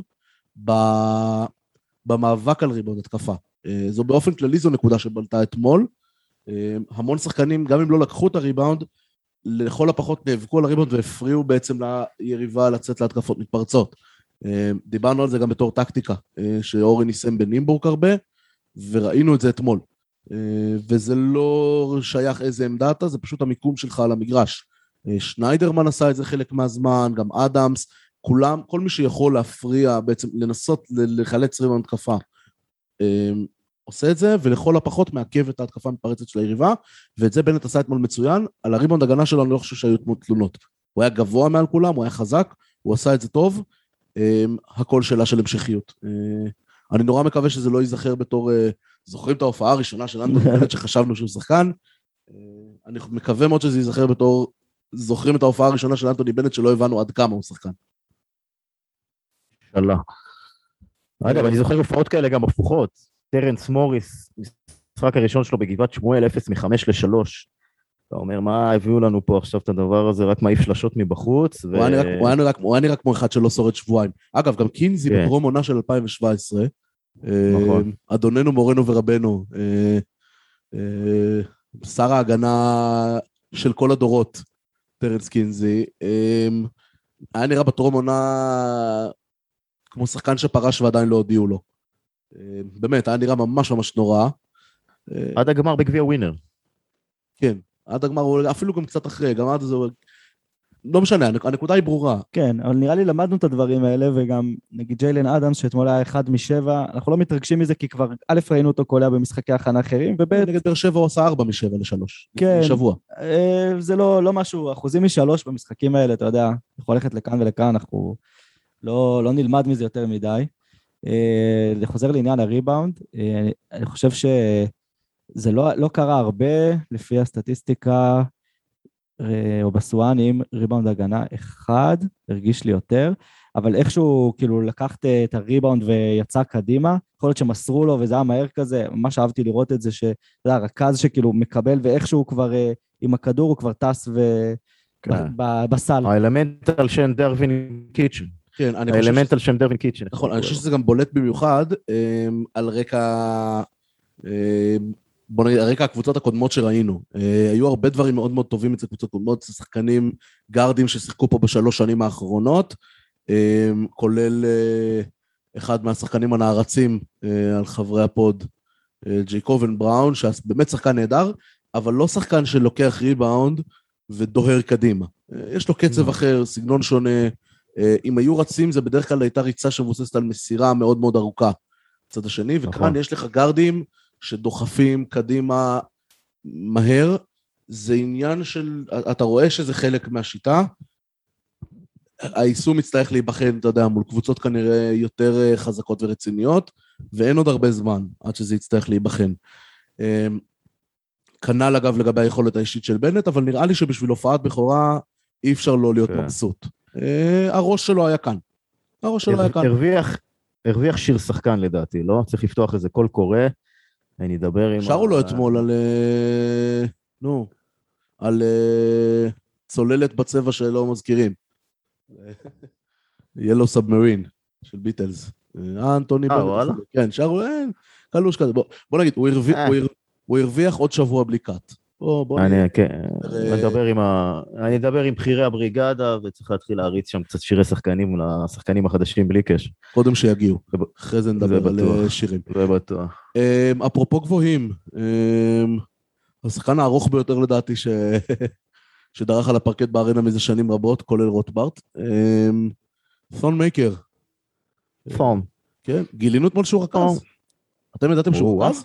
S4: במאבק על ריבאונד התקפה. זו באופן כללי זו נקודה שבלטה אתמול, המון שחקנים, גם אם לא לקחו את הריבאונד, לכל הפחות נאבקו על הריבאונד והפריעו בעצם ליריבה לצאת להתקפות מתפרצות. דיברנו על זה גם בתור טקטיקה, שאורי ניסם בנימבורג הרבה, וראינו את זה אתמול. וזה לא שייך איזה עמדה אתה, זה פשוט המיקום שלך על המגרש. שניידרמן עשה את זה חלק מהזמן, גם אדמס, כולם, כל מי שיכול להפריע, בעצם לנסות לחלץ ריבאונד התקפה, עושה את זה, ולכל הפחות מעכב את ההתקפה המתפרצת של היריבה, ואת זה בנט עשה אתמול מצוין. על הריבאונד הגנה שלו אני לא חושב שהיו תלונות. הוא היה גבוה מעל כולם, הוא היה חזק, הוא עשה את זה טוב, הכל שאלה של המשכיות. אני נורא מקווה שזה לא ייזכר בתור, זוכרים את ההופעה הראשונה של אנטוני בנט שחשבנו שהוא שחקן, אני מקווה מאוד שזה ייזכר בתור, זוכרים את ההופעה הראשונה של אנטוני בנט שלא הבנו עד כמה הוא שחקן.
S2: שאלה. אגב, אני זוכר הופעות כאלה גם הפוכות. טרנס מוריס, משחק הראשון שלו בגבעת שמואל 0 מ-5 ל-3. אתה אומר, מה הביאו לנו פה עכשיו את הדבר הזה, רק מעיף שלשות מבחוץ? הוא
S4: היה נראה כמו אחד שלא שורד שבועיים. אגב, גם קינזי בטרום עונה של 2017, אדוננו, מורנו ורבנו, שר ההגנה של כל הדורות, טרנס קינזי, היה נראה בטרום עונה כמו שחקן שפרש ועדיין לא הודיעו לו. באמת, היה נראה ממש ממש נורא.
S2: עד הגמר בגביע ווינר.
S4: כן, עד הגמר, אפילו גם קצת אחרי, גם עד זה, לא משנה, הנקודה היא ברורה.
S5: כן, אבל נראה לי למדנו את הדברים האלה, וגם נגיד ג'יילן אדמס, שאתמול היה 1 מ-7, אנחנו לא מתרגשים מזה, כי כבר א' ראינו אותו קולע במשחקי הכנה אחרים, וב'
S4: נגד באר שבע הוא עשה 4 מ-7 ל-3.
S5: כן.
S4: שבוע.
S5: זה לא משהו, אחוזים מ-3 במשחקים האלה, אתה יודע, יכול ללכת לכאן ולכאן, אנחנו לא נלמד מזה יותר מדי. לחוזר לעניין הריבאונד, אני חושב שזה לא קרה הרבה, לפי הסטטיסטיקה, או בסואנים, ריבאונד הגנה אחד, הרגיש לי יותר, אבל איכשהו כאילו לקחת את הריבאונד ויצא קדימה, יכול להיות שמסרו לו וזה היה מהר כזה, ממש אהבתי לראות את זה, שזה הרכז שכאילו מקבל ואיכשהו כבר עם הכדור הוא כבר טס בסל.
S2: האלמנט על שם דרווין קיצ'ן.
S4: כן,
S2: האלמנט על שם דרווין קיצ'ן.
S4: נכון, אני חושב שזה גם בולט במיוחד על רקע... בוא נגיד, הרקע הקבוצות הקודמות שראינו, היו הרבה דברים מאוד מאוד טובים אצל קבוצות קודמות, שחקנים גארדים ששיחקו פה ב3 שנים האחרונות, כולל אחד מהשחקנים הנערצים על חברי הפוד, ג'ייקובן בראון, שבאמת שחקן נהדר, אבל לא שחקן שלוקח ריבאונד ודוהר קדימה. יש לו קצב אחר, סגנון שונה, אם היו רצים, זה בדרך כלל הייתה ריצה שמבוססת על מסירה מאוד מאוד ארוכה, בצד השני, וכאן יש לך גארדים, שדוחפים קדימה מהר, זה עניין של, אתה רואה שזה חלק מהשיטה, היישום מצטרך להיבחן, אתה יודע, מול קבוצות כנראה יותר חזקות ורציניות, ואין עוד הרבה זמן עד שזה יצטרך להיבחן. כנ"ל אגב לגבי היכולת האישית של בנט, אבל נראה לי שבשביל הופעת בכורה, אי אפשר לא להיות מבסוט. הראש שלו היה כאן.
S2: הרוויח שיר שחקן לדעתי, לא? צריך לפתוח איזה קול קורא, אני אדבר עם...
S4: שרו לו אתמול על צוללת בצבע שלא מזכירים. Yellow Submarine של ביטלס. אנטוני בנט.
S2: וואלה?
S4: כן, שרו, קלוש כזה. בוא נגיד, הוא הרוויח עוד שבוע בלי קאט.
S2: אני אדבר עם בחירי הבריגדה, וצריך להתחיל להריץ שם קצת שירי שחקנים לשחקנים החדשים בלי קשר.
S4: קודם שיגיעו, אחרי זה נדבר על שירים.
S2: זה בטוח.
S4: אפרופו גבוהים, השחקן הארוך ביותר לדעתי שדרך על הפרקט בארנה מזה שנים רבות, כולל רוטברט, פון מייקר.
S2: פון.
S4: כן, גילינו אתמול שהוא רכז. אתם ידעתם שהוא רכז?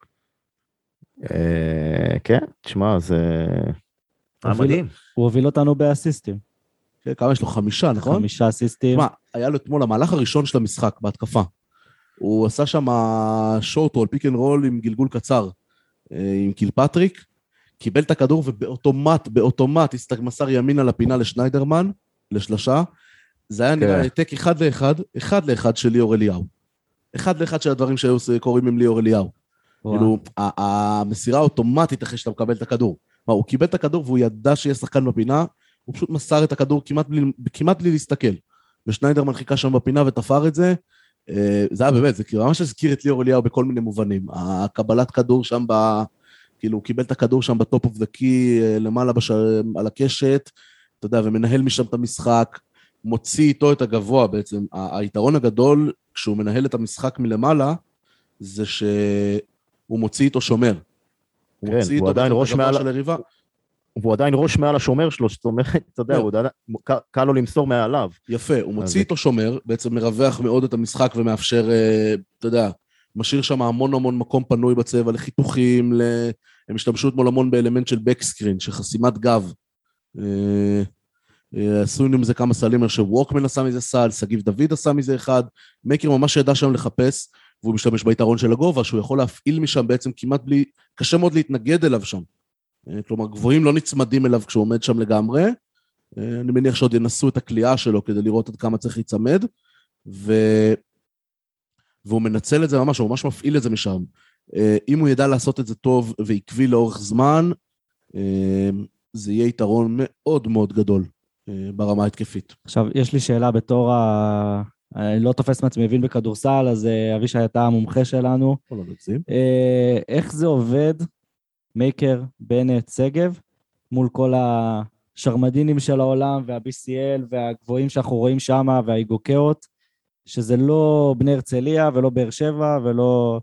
S2: כן, תשמע, זה... מדהים.
S5: הוא הוביל אותנו באסיסטים.
S4: כמה יש לו? 5, נכון?
S5: 5 אסיסטים.
S4: תשמע, היה לו אתמול המהלך הראשון של המשחק בהתקפה. הוא עשה שם שורט רול, פיק אנד רול עם גלגול קצר, עם קילפטריק, קיבל את הכדור ובאוטומט מסר ימין לפינה לשניידרמן, לשלשה. זה היה נראה העתק 1-1 של ליאור אליהו. 1-1 של הדברים שהיו קוראים עם ליאור אליהו. כאילו, המסירה האוטומטית אחרי שאתה מקבל את הכדור. הוא קיבל את הכדור והוא ידע שיש שחקן בפינה, הוא פשוט מסר את הכדור כמעט בלי להסתכל. ושניידרמן חיכה שם בפינה ותפר את זה. זה היה באמת, זה כאילו ממש הזכיר את ליאור אליהו בכל מיני מובנים. הקבלת כדור שם, כאילו, הוא קיבל את הכדור שם בטופ אוף דה קי, למעלה על הקשת, אתה יודע, ומנהל משם את המשחק, מוציא איתו את הגבוה בעצם. היתרון הגדול, כשהוא מנהל את המשחק מלמעלה, זה שהוא מוציא איתו שומר. הוא
S2: כן,
S4: מוציא
S2: הוא
S4: איתו
S2: עדיין
S4: בעצם
S2: ראש
S4: את הגבה
S2: מעל-
S4: של היריבה.
S2: והוא עדיין ראש מעל השומר שלו, זאת אומרת, אתה יודע,
S4: כן.
S2: הוא עדיין- קל לו למסור מעליו.
S4: יפה, הוא מוציא
S2: זה-
S4: איתו שומר, בעצם מרווח מאוד את המשחק ומאפשר, אתה יודע, משאיר שם המון המון מקום פנוי בצבע לחיתוכים, הם השתמשו אתמול המון באלמנט של בקסקרין, של חסימת גב. עשו עם זה כמה סלים, שווקמן עשה מזה סל, סגיב דוד עשה מזה אחד, מייקר ממש ידע שם לחפש, והוא משתמש ביתרון של הגובה, שהוא יכול להפעיל משם בעצם כמעט בלי, קשה מאוד להתנגד אליו שם. כלומר, גבוהים לא נצמדים אליו כשהוא עומד שם לגמרי, אני מניח שעוד ינסו את הקליעה שלו כדי לראות עד כמה צריך להיצמד, והוא מנצל את זה ממש, הוא ממש מפעיל את זה משם. אם הוא ידע לעשות את זה טוב ועקבי לאורך זמן, זה יהיה יתרון מאוד מאוד גדול ברמה התקפית.
S5: עכשיו, יש לי שאלה בתור אני לא תופס מעצמי מבין בכדורסל, אז אבישי הייתה המומחה שלנו.
S4: לא נגזים.
S5: איך זה עובד, מייקר, בנט, שגב, מול כל השרמדינים של העולם, וה-BCL, והגבוהים שאנחנו רואים שם, והאיגוקאות, שזה לא בני הרצליה, ולא באר שבע, ולא...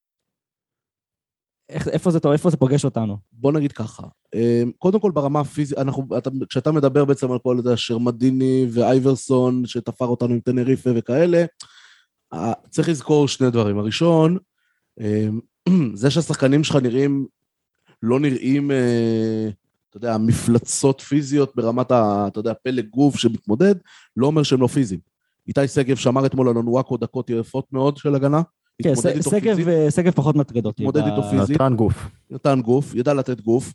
S5: איפה זה פוגש אותנו?
S4: בוא נגיד ככה, קודם כל ברמה הפיזית, כשאתה מדבר בעצם על כל זה, שרמדיני ואייברסון, שתפר אותנו עם טנריפה וכאלה, צריך לזכור שני דברים. הראשון, זה שהשחקנים שלך לא נראים, אתה יודע, מפלצות פיזיות ברמת, אתה יודע, פלג גוף שמתמודד, לא אומר שהם לא פיזיים. איתי שגב שמר אתמול על אונואקו דקות יפות מאוד של הגנה,
S5: כן, שגב פחות מטריד אותי.
S4: התמודד איתו פיזית. נתן גוף, ידע לתת גוף.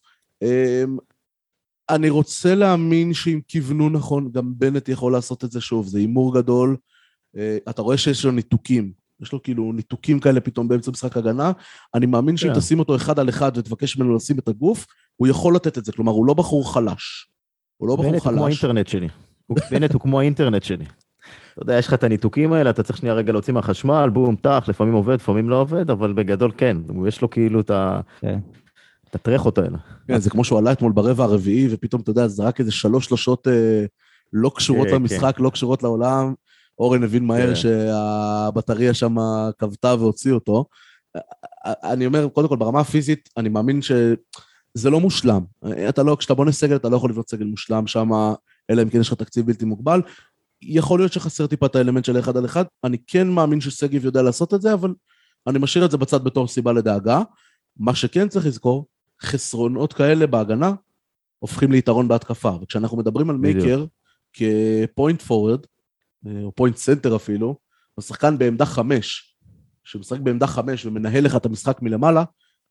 S4: אני רוצה להאמין שאם כיוונו נכון, גם בנט יכול לעשות את זה שוב, זה אימור גדול. אתה רואה שיש לו ניתוקים, יש לו כאילו ניתוקים כאלה פתאום באמצע משחק הגנה, אני מאמין שאם תשים אותו אחד על אחד ותבקש ממנו לשים את הגוף, הוא יכול לתת את זה, כלומר הוא לא בחור חלש.
S2: בנט הוא כמו האינטרנט שלי. בנט הוא כמו האינטרנט שלי. אתה יודע, יש לך את הניתוקים האלה, אתה צריך שנייה רגע להוציא מהחשמל, בום, תח, לפעמים עובד, לפעמים לא עובד, אבל בגדול כן, יש לו כאילו את הטרחות האלה.
S4: כן, זה כמו שהוא עלה אתמול ברבע הרביעי, ופתאום, אתה יודע, זה רק איזה 3 שלשות לא קשורות למשחק, לא קשורות לעולם, אורן הבין מהר שהבטריה שם כבתה והוציא אותו. אני אומר, קודם כל, ברמה הפיזית, אני מאמין שזה לא מושלם. כשאתה בונה סגל, אתה לא יכול לבנות סגל מושלם שם, אלא אם כן יש לך תקציב בלתי מוגבל. יכול להיות שחסר טיפה את האלמנט של אחד על אחד, אני כן מאמין ששגיב יודע לעשות את זה, אבל אני משאיר את זה בצד בתור סיבה לדאגה. מה שכן צריך לזכור, חסרונות כאלה בהגנה, הופכים ליתרון בהתקפה, וכשאנחנו מדברים על מייקר, כפוינט פורוורד, או פוינט סנטר אפילו, הוא שחקן בעמדה 5, שמשחק בעמדה 5 ומנהל לך את המשחק מלמעלה,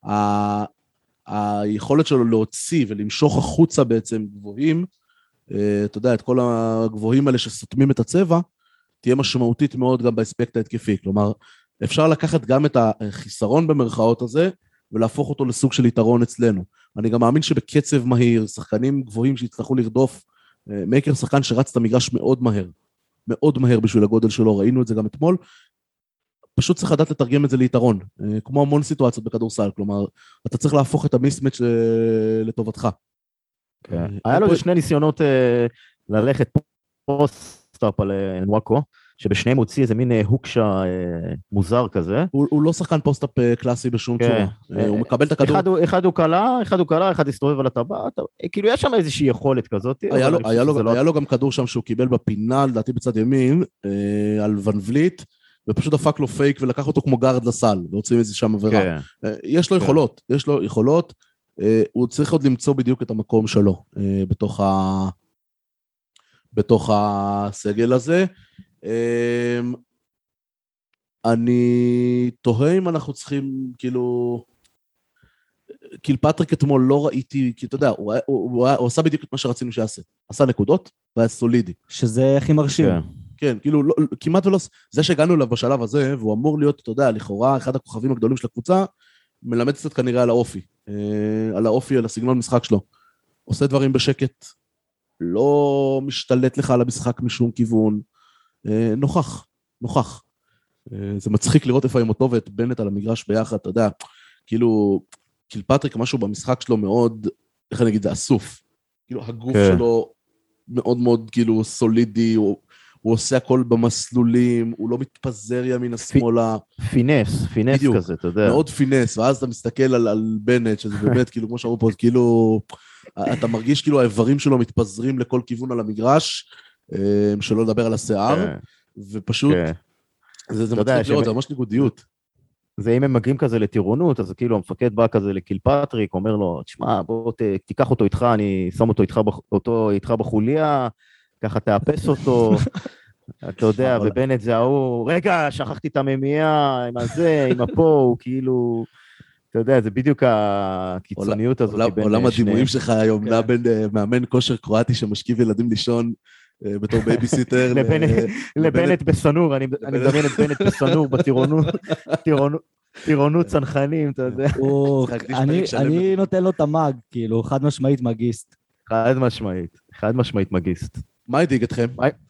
S4: היכולת שלו להוציא ולמשוך החוצה בעצם גבוהים, אתה יודע, את כל הגבוהים האלה שסותמים את הצבע, תהיה משמעותית מאוד גם באספקט ההתקפי. כלומר, אפשר לקחת גם את החיסרון במרכאות הזה, ולהפוך אותו לסוג של יתרון אצלנו. אני גם מאמין שבקצב מהיר, שחקנים גבוהים שיצטרכו לרדוף, מייקר שחקן שרץ את המגרש מאוד מהר בשביל הגודל שלו, ראינו את זה גם אתמול, פשוט צריך לדעת לתרגם את זה ליתרון, כמו המון סיטואציות בכדורסל, כלומר, אתה צריך להפוך את המיסמץ' לטובתך.
S2: היה לו איזה 2 ניסיונות ללכת פוסט-אפ על אונואקו, שבשניהם הוציא איזה מין הוקשה מוזר כזה.
S4: הוא לא שחקן פוסט-אפ קלאסי בשום צורה. הוא מקבל את הכדור.
S2: אחד הוא קלה, אחד הסתובב על הטבעת, כאילו יש שם איזושהי יכולת כזאת.
S4: היה לו גם כדור שם שהוא קיבל בפינה, לדעתי בצד ימין, על ון וליט, ופשוט דפק לו פייק ולקח אותו כמו גארד לסל, והוצאים איזה שם עבירה. יש לו יכולות, הוא צריך עוד למצוא בדיוק את המקום שלו, בתוך הסגל הזה. אני תוהה אם אנחנו צריכים, כאילו פטריק אתמול לא ראיתי, כי אתה יודע, הוא עשה בדיוק את מה שרצינו שיעשה. עשה נקודות, והיה סולידי.
S5: שזה הכי מרשים.
S4: כן, כאילו, כמעט ולא, זה שהגענו אליו בשלב הזה, והוא אמור להיות, אתה יודע, לכאורה, אחד הכוכבים הגדולים של הקבוצה, מלמד קצת כנראה על האופי, על הסגנון משחק שלו. עושה דברים בשקט, לא משתלט לך על המשחק משום כיוון, נוכח. זה מצחיק לראות איפה עם אותו ואת בנט על המגרש ביחד, אתה יודע, כאילו, קילפטריק משהו במשחק שלו מאוד, איך אני אגיד, זה אסוף. כאילו, הגוף שלו מאוד מאוד כאילו סולידי, הוא הוא עושה הכל במסלולים, הוא לא מתפזר ימינה שמאלה.
S2: פינס
S4: בדיוק,
S2: כזה, אתה יודע.
S4: מאוד פינס, ואז אתה מסתכל על בנט, שזה באמת, כאילו, כמו שאמרו פה, כאילו, אתה מרגיש כאילו האיברים שלו מתפזרים לכל כיוון על המגרש, שלא לדבר על השיער, ופשוט, זה מצחיק לראות, זה ממש ניגודיות.
S2: זה אם הם מגיעים כזה לטירונות, אז כאילו המפקד בא כזה לקילפטריק, אומר לו, תשמע, בוא תיקח אותו איתך, אני שם אותו איתך בחוליה, ככה תאפס אותו, אתה יודע, ובנט זה ההוא, רגע, שכחתי את הממייה, עם הזה, עם הפה, הוא כאילו, אתה יודע, זה בדיוק הקיצוניות הזאת.
S4: עולם הדימויים שלך היום נע בין מאמן כושר קרואטי שמשכיב ילדים לישון, בתור בייביסיטר.
S2: לבנט בסנור, אני מדמיין את בנט בסנור בטירונות צנחנים, אתה יודע.
S5: אני נותן לו את המאג, כאילו, חד משמעית מגיסט.
S2: חד משמעית מגיסט.
S4: מה הדאיג אתכם?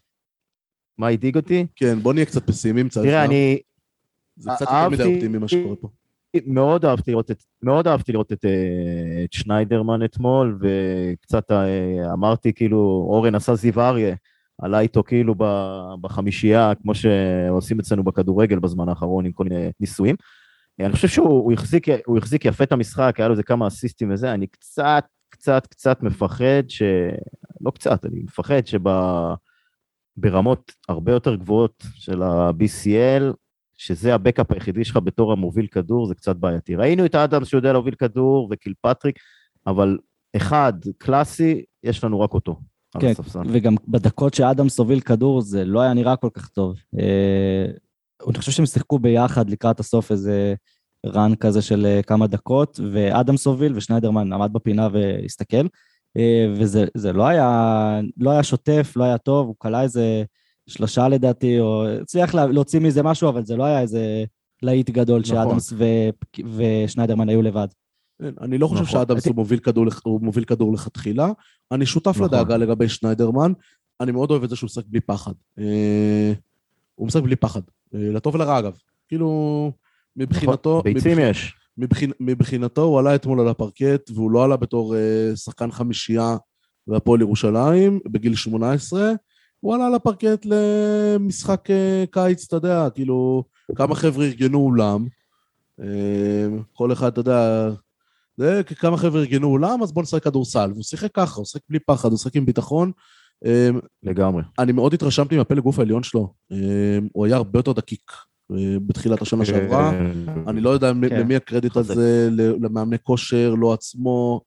S2: מה הדאיג אותי?
S4: כן, בוא נהיה קצת פסימיים.
S2: תראה,
S4: זה קצת יותר מדי אופטימי מה שקורה פה.
S2: מאוד אהבתי לראות את שניידרמן אתמול, וקצת אמרתי כאילו, אורן עשה זיו אריה, עלה איתו כאילו בחמישייה, כמו שעושים אצלנו בכדורגל בזמן האחרון עם כל מיני ניסויים. אני חושב שהוא החזיק יפה את המשחק, היה לו זה כמה אסיסטים וזה, אני קצת מפחד לא קצת, אני מפחד ברמות הרבה יותר גבוהות של ה-BCL, שזה הבקאפ היחידי שלך בתור המוביל כדור, זה קצת בעייתי. ראינו את האדם שיודע להוביל כדור וקילפטריק, אבל אחד קלאסי, יש לנו רק אותו.
S5: כן, וגם בדקות שאדמס הוביל כדור, זה לא היה נראה כל כך טוב. אני חושב שהם שיחקו ביחד לקראת הסוף איזה רן כזה של כמה דקות, ואדמס הוביל ושניידרמן עמד בפינה והסתכל, וזה לא היה שוטף, לא היה טוב, הוא קלה איזה שלושה לדעתי, או הצליח להוציא מזה משהו, אבל זה לא היה איזה להיט גדול שאדמס ושניידרמן היו לבד.
S4: אני לא חושב שאדמס הוא מוביל כדור לכתחילה, אני שותף לדאגה לגבי שניידרמן, אני מאוד אוהב את זה שהוא משחק בלי פחד. הוא משחק בלי פחד, לטוב ולרע אגב. כאילו, מבחינתו...
S2: ביצים יש.
S4: מבחינתו הוא עלה אתמול על הפרקט, והוא לא עלה בתור שחקן חמישייה והפועל ירושלים, בגיל 18, הוא עלה על הפרקט למשחק קיץ, אתה יודע, כאילו, כמה חבר'ה ארגנו אולם, כל אחד, אתה יודע, כמה חבר'ה ארגנו אולם, אז בוא נשחק כדורסל, והוא שיחק ככה, הוא שיחק בלי פחד, הוא שיחק עם ביטחון.
S2: לגמרי.
S4: אני מאוד התרשמתי מהפלג גוף העליון שלו, הוא היה הרבה יותר דקיק בתחילת השנה שעברה, אני לא יודע למי הקרדיט הזה, למאמני כושר, לא עצמו,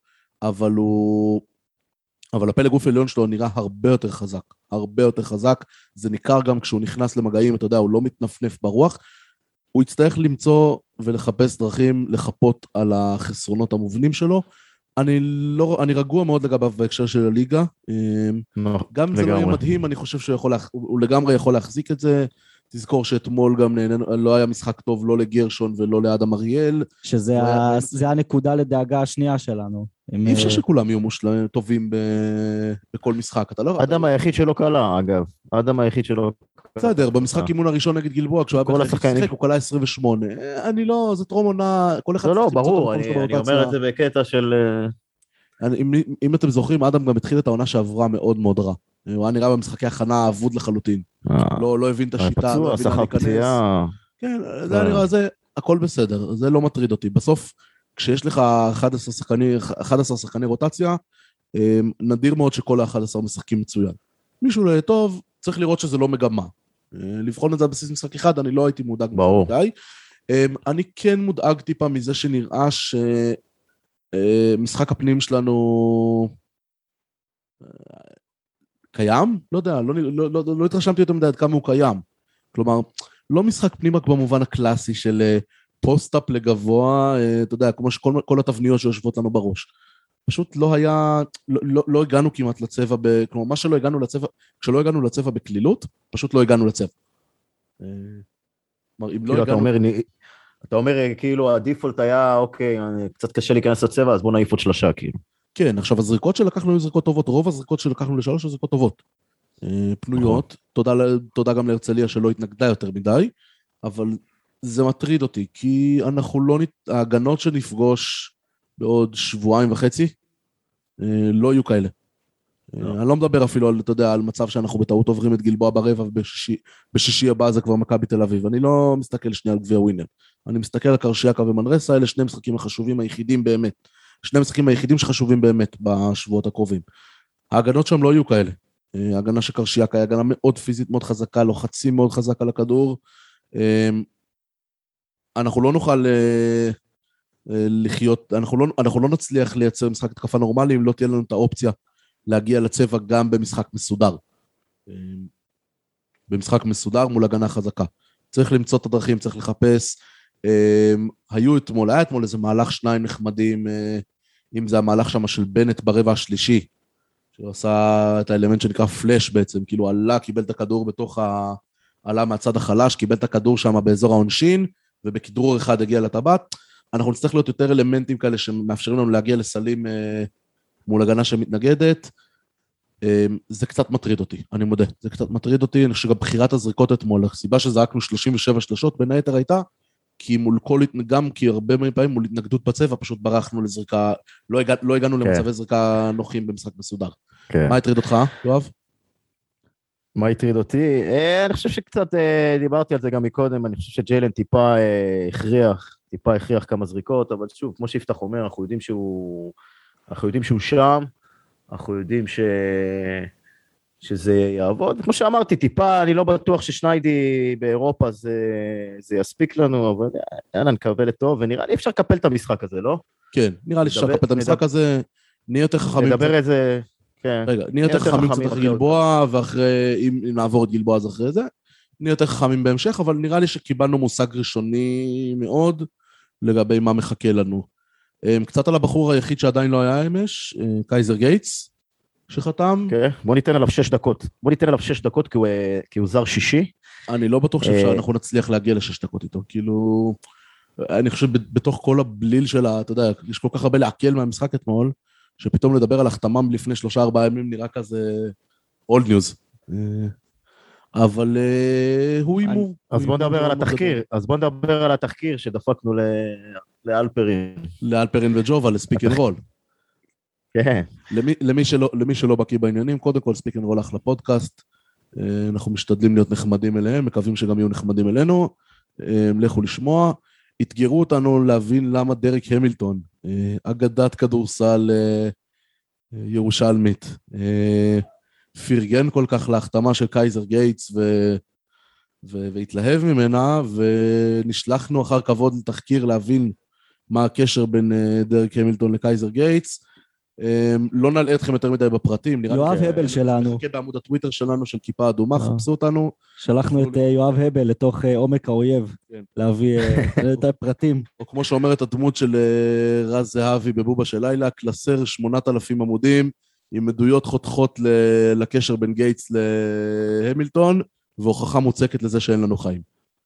S4: אבל הפלג גוף העליון שלו נראה הרבה יותר חזק, זה ניכר גם כשהוא נכנס למגעים, אתה יודע, הוא לא מתנפנף ברוח, הוא יצטרך למצוא ולחפש דרכים לחפות על החסרונות המובנים שלו, אני רגוע מאוד לגביו בהקשר של הליגה, גם אם זה לא יהיה מדהים, אני חושב שהוא לגמרי יכול להחזיק את זה, תזכור שאתמול גם לא היה משחק טוב לא לגרשון ולא לאדם אריאל.
S5: שזה הנקודה לדאגה השנייה שלנו.
S4: אי אפשר שכולם יהיו טובים בכל משחק.
S2: האדם היחיד שלא קלה, אגב. האדם היחיד שלא...
S4: בסדר, במשחק אימון הראשון נגד גלבוע, כשהוא היה בחצי הוא קלה 28. אני לא, זה טרום עונה, כל אחד...
S2: לא, ברור, אני אומר את זה בקטע של...
S4: אם אתם זוכרים, אדם גם התחיל את העונה שעברה מאוד מאוד רע. הוא היה נראה במשחקי הכנה אבוד לחלוטין. לא הבין את השיטה, לא הבין להיכנס. כן, זה היה נראה, זה הכל בסדר, זה לא מטריד אותי. בסוף, כשיש לך 11 שחקני רוטציה, נדיר מאוד שכל ה-11 משחקים מצוין. מישהו לא יהיה טוב, צריך לראות שזה לא מגמה. לבחון את זה על בסיס משחק אחד, אני לא הייתי מודאג מדי. אני כן מודאג טיפה מזה שנראה שמשחק הפנים שלנו קיים? לא יודע, לא התרשמתי יותר מדי עד כמה הוא קיים. כלומר, לא משחק פנים רק במובן הקלאסי של פוסט-אפ לגבוה, אתה יודע, כמו שכל התבניות שיושבות לנו בראש. פשוט לא היה, לא הגענו כמעט לצבע, כלומר, מה שלא הגענו לצבע, כשלא הגענו לצבע בכלילות, פשוט לא הגענו לצבע.
S2: אתה אומר, כאילו, הדיפולט היה, אוקיי, קצת קשה להיכנס לצבע, אז בוא נעיף עוד שלושה, כאילו.
S4: כן, עכשיו, הזריקות שלקחנו היו זריקות טובות, רוב הזריקות שלקחנו לשלוש היו זריקות טובות. פנויות, תודה גם להרצליה שלא התנגדה יותר מדי, אבל זה מטריד אותי, כי אנחנו לא, ההגנות שנפגוש בעוד שבועיים וחצי, לא יהיו כאלה. אני לא מדבר אפילו על, אתה יודע, על מצב שאנחנו בטעות עוברים את גלבוע ברבע, ובשישי הבא זה כבר מכבי תל אביב. אני לא מסתכל שנייה על גביע ווינר. אני מסתכל על קרשיאקה ומנרסה, אלה שני משחקים החשובים היחידים באמת. שני המשחקים היחידים שחשובים באמת בשבועות הקרובים. ההגנות שם לא יהיו כאלה. ההגנה של קרשיאקה היא הגנה מאוד פיזית, מאוד חזקה, לוחצים מאוד חזק על הכדור. אנחנו לא נוכל לחיות, אנחנו לא נצליח לייצר משחק התקפה נורמלי, אם לא תהיה לנו את האופציה להגיע לצבע גם במשחק מסודר. במשחק מסודר מול הגנה חזקה. צריך למצוא את הדרכים, צריך לחפש. היה אתמול איזה מהלך שניים נחמדים, אם זה המהלך שם של בנט ברבע השלישי, שהוא עשה את האלמנט שנקרא פלש בעצם, כאילו עלה, קיבל את הכדור עלה מהצד החלש, קיבל את הכדור שם באזור העונשין, ובכדרור אחד הגיע לטבעת. אנחנו נצטרך להיות יותר אלמנטים כאלה שמאפשרים לנו להגיע לסלים מול הגנה שמתנגדת. זה קצת מטריד אותי, אני מודה. זה קצת מטריד אותי, אני חושב שגם בחירת הזריקות אתמול, הסיבה שזרקנו 37 שלשות, בין היתר הייתה, גם כי הרבה פעמים מול התנגדות בצבע, פשוט ברחנו לזריקה, לא הגענו למצבי זריקה נוחים במשחק מסודר. מה הטריד אותך, יואב?
S2: מה הטריד אותי? אני חושב שקצת דיברתי על זה גם מקודם, אני חושב שג'יילן טיפה הכריח כמה זריקות, אבל שוב, כמו שיפתח אומר, אנחנו יודעים שהוא שם, אנחנו יודעים שזה יעבוד. כמו שאמרתי, טיפה, אני לא בטוח ששניידי באירופה זה יספיק לנו, אבל יאללה, נקבל את טוב, ונראה לי אפשר לקפל את המשחק הזה, לא?
S4: כן, נראה לי שאפשר לקפל את המשחק הזה, נהיה יותר חכמים.
S2: נדבר איזה...
S4: רגע, נהיה יותר חכמים קצת אחרי גלבוע, ואחרי, אם נעבור את גלבוע אז אחרי זה, נהיה יותר חכמים בהמשך, אבל נראה לי שקיבלנו מושג ראשוני מאוד, לגבי מה מחכה לנו. קצת על הבחור היחיד שעדיין לא היה אמש, קייזר גייטס, שחתם.
S2: כן, בוא ניתן עליו 6 דקות, כי הוא זר שישי.
S4: אני לא בטוח שאנחנו נצליח להגיע ל6 דקות איתו, כאילו, אני חושב בתוך כל הבליל שלה, אתה יודע, יש כל כך הרבה לעכל מהמשחק אתמול, שפתאום לדבר על החתמם לפני 3-4 ימים נראה כזה old news. אבל הוא אימור.
S2: אז בוא נדבר על התחקיר שדפקנו
S4: לאלפרין וג'ובה, לספיק אנד רול.
S2: כן.
S4: למי שלא בקיא בעניינים, קודם כל ספיק אנד רול אחלה פודקאסט, אנחנו משתדלים להיות נחמדים אליהם, מקווים שגם יהיו נחמדים אלינו, לכו לשמוע, התגרו אותנו להבין למה דריק המילטון, אגדת כדורסל ירושלמית, פרגן כל כך להחתמה של קייזר גייטס והתלהב ממנה, ונשלחנו אחר כבוד לתחקיר להבין מה הקשר בין דריק המילטון לקייזר גייטס. לא נלאה אתכם יותר מדי בפרטים.
S5: יואב הבל שלנו.
S4: נחכה בעמוד הטוויטר שלנו של כיפה אדומה, חפשו אותנו.
S5: שלחנו את יואב הבל לתוך עומק האויב, להביא את הפרטים.
S4: או כמו שאומרת הדמות של רז זהבי בבובה של לילה, קלסר 8,000 עמודים, עם עדויות חותכות לקשר בין גייטס להמילטון, והוכחה מוצקת לזה שאין לנו חיים.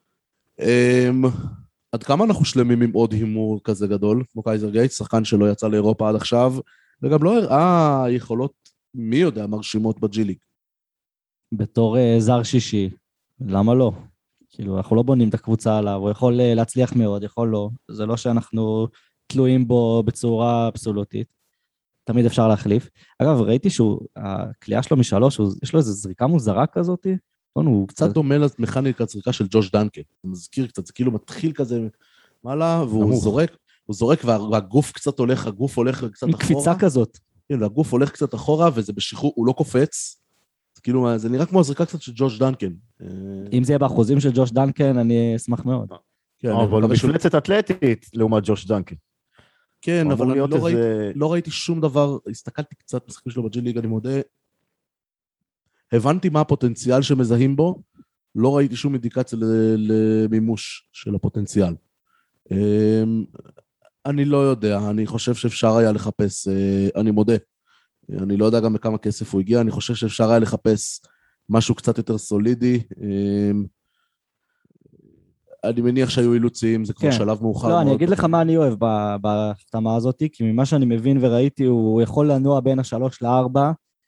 S4: עד כמה אנחנו שלמים עם עוד הימור כזה גדול, כמו קייזר גייטס, שחקן שלא יצא לאירופה עד עכשיו, וגם לא הראה יכולות, מי יודע, מרשימות בג'יליג.
S5: בתור זר שישי, למה לא? כאילו, אנחנו לא בונים את הקבוצה עליו, הוא יכול להצליח מאוד, יכול לא. זה לא שאנחנו תלויים בו בצורה אבסולוטית. תמיד אפשר להחליף. אגב, ראיתי הקליעה שלו משלוש, יש לו איזו זריקה מוזרה כזאת, הוא
S4: קצת דומה למכניקת זריקה של ג'וש דנקן. הוא מזכיר קצת, זה כאילו מתחיל כזה מעלה, והוא זורק, והגוף קצת הולך, הגוף הולך קצת אחורה.
S5: מקפיצה כזאת.
S4: כן, הגוף הולך קצת אחורה, וזה בשחרור, הוא לא קופץ. כאילו, זה נראה כמו הזריקה קצת של ג'וש דנקן.
S5: אם זה יהיה באחוזים של ג'וש דנקן, אני אשמח מאוד.
S2: אבל מפלצת אתלטית לעומת ג'וש דנקן.
S4: כן, אבל אני לא ראיתי שום דבר, הסתכלתי קצת משחקים שלו בג'י ליג, אני מודה, הבנתי מה הפוטנציאל שמזהים בו, לא ראיתי שום אינדיקציה למימוש של הפוטנציאל. אני לא יודע, אני חושב שאפשר היה לחפש, אני מודה, אני לא יודע גם בכמה כסף הוא הגיע, אני חושב שאפשר היה לחפש משהו קצת יותר סולידי, אני מניח שהיו אילוצים, זה כבר שלב מאוחר מאוד.
S5: לא, אני אגיד לך מה אני אוהב בהחתמה הזאת, כי ממה שאני מבין וראיתי, הוא יכול לנוע בין 3 ל-4,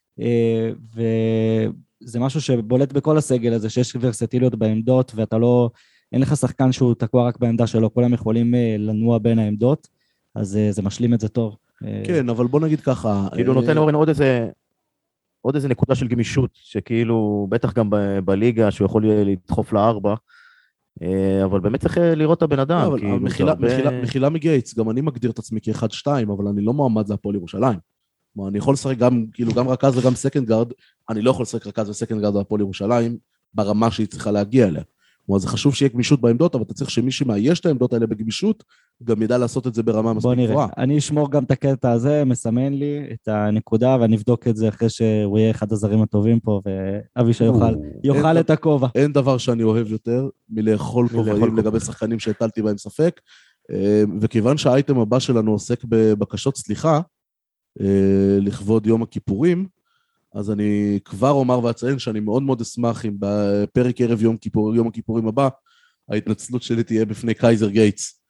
S5: וזה משהו שבולט בכל הסגל הזה, שיש ורסטיליות בעמדות, ואתה לא, אין לך שחקן שהוא תקוע רק בעמדה שלו, כולם יכולים לנוע בין העמדות, אז זה משלים את זה טוב.
S4: כן, אבל בוא נגיד ככה.
S2: כאילו נותן אורן עוד איזה, עוד איזה נקודה של גמישות, שכאילו, בטח גם בליגה, שהוא יכול לדחוף לארבע, אבל באמת צריך לראות את הבן אדם.
S4: אבל מחילה מגייטס, גם אני מגדיר את עצמי כ1-2, אבל אני לא מועמד להפועל ירושלים. כלומר, אני יכול לשחק גם רכז וגם סקנד גארד, אני לא יכול לשחק רכז וסקנד גארד בהפועל ירושלים, ברמה שהיא צריכה להגיע אליה. כלומר, זה חשוב שיהיה גמישות בעמדות, אבל אתה צריך שמי שמאייש את העמדות האלה בגמישות, גם ידע לעשות את זה ברמה מספיק גבוהה.
S5: בוא נראה, אני אשמור גם את הקטע הזה, מסמן לי את הנקודה, ואני אבדוק את זה אחרי שהוא יהיה אחד הזרים הטובים פה, ואבישי יאכל את הכובע.
S4: אין דבר שאני אוהב יותר מלאכול כובעים לגבי שחקנים שהטלתי בהם ספק, וכיוון שהאייטם הבא שלנו עוסק בבקשות סליחה, לכבוד יום הכיפורים, אז אני כבר אומר ואציין שאני מאוד מאוד אשמח אם בפרק ערב יום הכיפורים הבא, ההתנצלות שלי תהיה בפני קייזר גייטס,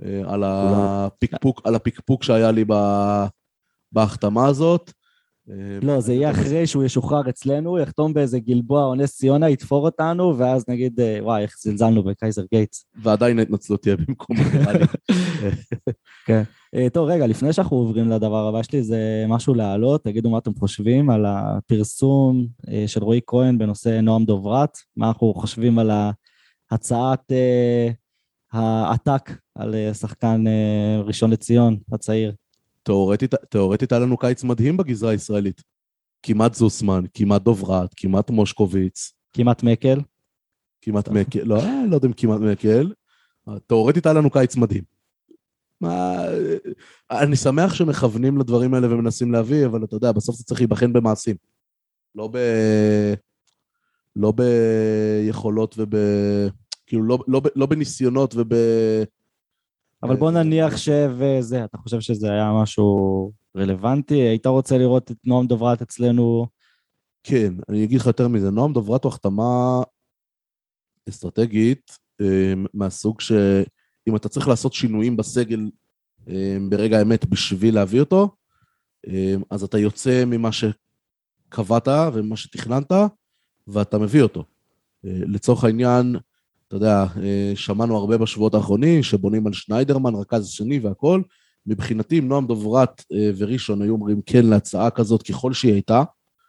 S4: על הפיקפוק שהיה לי בהחתמה הזאת.
S5: לא, זה יהיה אחרי שהוא ישוחרר אצלנו, יחתום באיזה גלבוע או נס ציונה, יתפור אותנו, ואז נגיד, וואי, איך זלזלנו בקייזר גייטס.
S4: ועדיין ההתנצלות תהיה במקום.
S5: כן. טוב, רגע, לפני שאנחנו עוברים לדבר הבא שלי, זה משהו להעלות, תגידו מה אתם חושבים על הפרסום של רועי כהן בנושא נועם דוברת, מה אנחנו חושבים על הצעת העתק על שחקן ראשון לציון, הצעיר.
S4: תיאורטית היה לנו קיץ מדהים בגזרה הישראלית. כמעט זוסמן, כמעט דוברת, כמעט מושקוביץ.
S5: כמעט מקל.
S4: כמעט מקל, לא יודע אם כמעט מקל. תיאורטית היה לנו קיץ מדהים. אני שמח שמכוונים לדברים האלה ומנסים להביא, אבל אתה יודע, בסוף זה צריך להיבחן במעשים. לא ביכולות כאילו לא בניסיונות
S5: אבל בוא נניח שזה, אתה חושב שזה היה משהו רלוונטי? היית רוצה לראות את נועם דוברת אצלנו?
S4: כן, אני אגיד לך יותר מזה. נועם דוברת הוא החתמה אסטרטגית, מהסוג שאם אתה צריך לעשות שינויים בסגל ברגע האמת בשביל להביא אותו, אז אתה יוצא ממה שקבעת וממה שתכננת, ואתה מביא אותו. לצורך העניין, אתה יודע, שמענו הרבה בשבועות האחרונים, שבונים על שניידרמן, רכז שני והכל. מבחינתי, אם נועם דוברת וראשון היו אומרים כן להצעה כזאת, ככל שהיא הייתה,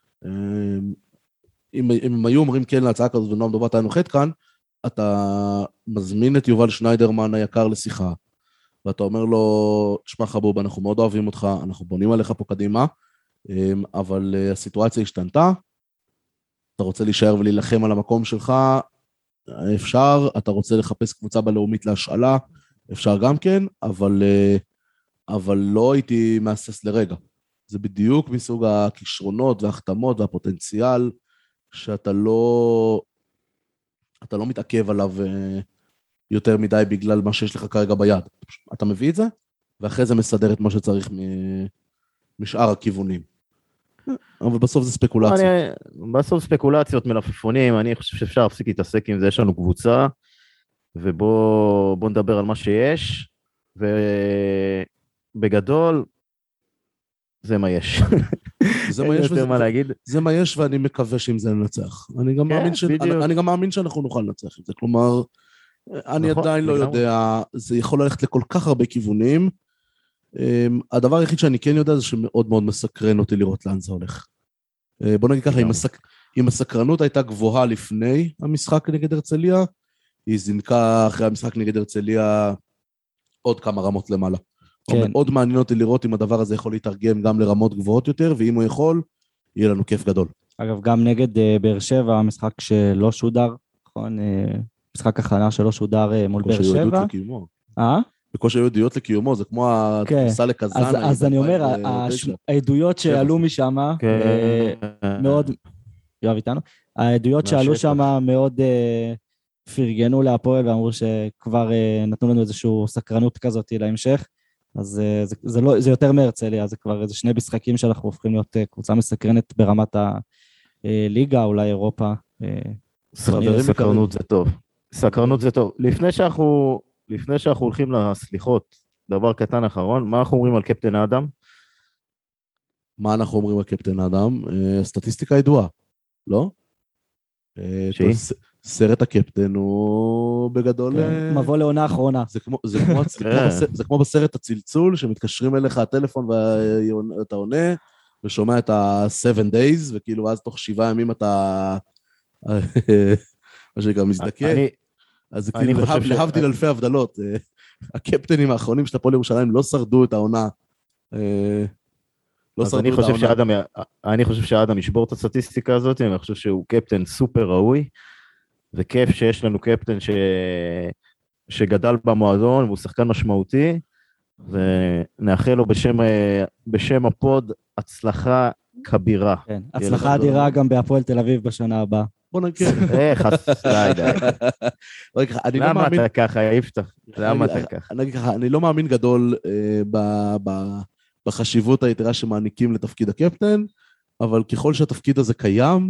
S4: אם הם היו אומרים כן להצעה כזאת ונועם דוברת היה נוחת כאן, אתה מזמין את יובל שניידרמן היקר לשיחה, ואתה אומר לו, תשמע חבוב, אנחנו מאוד אוהבים אותך, אנחנו בונים עליך פה קדימה, אבל הסיטואציה השתנתה, אתה רוצה להישאר ולהילחם על המקום שלך, אפשר, אתה רוצה לחפש קבוצה בלאומית להשאלה, אפשר גם כן, אבל לא הייתי מאסס לרגע. זה בדיוק מסוג הכישרונות והחתמות והפוטנציאל, שאתה לא מתעכב עליו יותר מדי בגלל מה שיש לך כרגע ביד. אתה מביא את זה, ואחרי זה מסדר את מה שצריך משאר הכיוונים. אבל בסוף זה ספקולציות.
S2: בסוף ספקולציות, מלפפונים, אני חושב שאפשר להפסיק להתעסק עם זה, יש לנו קבוצה, ובוא נדבר על מה שיש, ובגדול, זה מה יש.
S4: זה מה יש, ואני מקווה שעם זה ננצח. אני גם מאמין שאנחנו נוכל לנצח את זה. כלומר, אני עדיין לא יודע, זה יכול ללכת לכל כך הרבה כיוונים. הדבר היחיד שאני כן יודע זה שמאוד מאוד מסקרן אותי לראות לאן זה הולך. בוא נגיד ככה, אם הסקרנות הייתה גבוהה לפני המשחק נגד הרצליה, היא זינקה אחרי המשחק נגד הרצליה עוד כמה רמות למעלה. כן. מאוד מעניין אותי לראות אם הדבר הזה יכול להתרגם גם לרמות גבוהות יותר, ואם הוא יכול, יהיה לנו כיף גדול.
S5: אגב, גם נגד באר שבע, המשחק שלא שודר, נכון? משחק הכנה שלא שודר מול באר שבע.
S4: בקושי היו עדויות לקיומו, זה כמו הכניסה לקזאן.
S5: אז אני אומר, העדויות שעלו משם, מאוד, יואב איתנו, העדויות שעלו שם מאוד פרגנו להפועל, ואמרו שכבר נתנו לנו איזושהי סקרנות כזאת להמשך, אז זה יותר מהרצליה, זה כבר איזה שני משחקים שאנחנו הופכים להיות קבוצה מסקרנת ברמת הליגה, אולי אירופה.
S2: סקרנות זה טוב. סקרנות זה טוב. לפני שאנחנו הולכים לסליחות, דבר קטן אחרון, מה אנחנו אומרים על קפטן האדם?
S4: מה אנחנו אומרים על קפטן האדם? סטטיסטיקה ידועה, לא? סרט הקפטן הוא בגדול...
S5: מבוא לעונה האחרונה.
S4: זה כמו בסרט הצלצול, שמתקשרים אליך הטלפון ואתה עונה, ושומע את ה-7 days, וכאילו אז תוך 7 ימים אתה, מה שנקרא, מזדקן. אז כאילו להבדיל אלפי הבדלות, הקפטנים האחרונים של הפועל ירושלים לא שרדו את העונה.
S2: אני חושב שאדם ישבור את הסטטיסטיקה הזאת, אני חושב שהוא קפטן סופר ראוי, וכיף שיש לנו קפטן שגדל במועדון, והוא שחקן משמעותי, ונאחל לו בשם הפוד הצלחה כבירה.
S5: כן, הצלחה אדירה גם בהפועל תל אביב בשנה הבאה.
S4: בוא נגיד.
S2: די. למה אתה ככה, יפתח? למה אתה ככה?
S4: אני לא מאמין גדול בחשיבות היתרה שמעניקים לתפקיד הקפטן, אבל ככל שהתפקיד הזה קיים,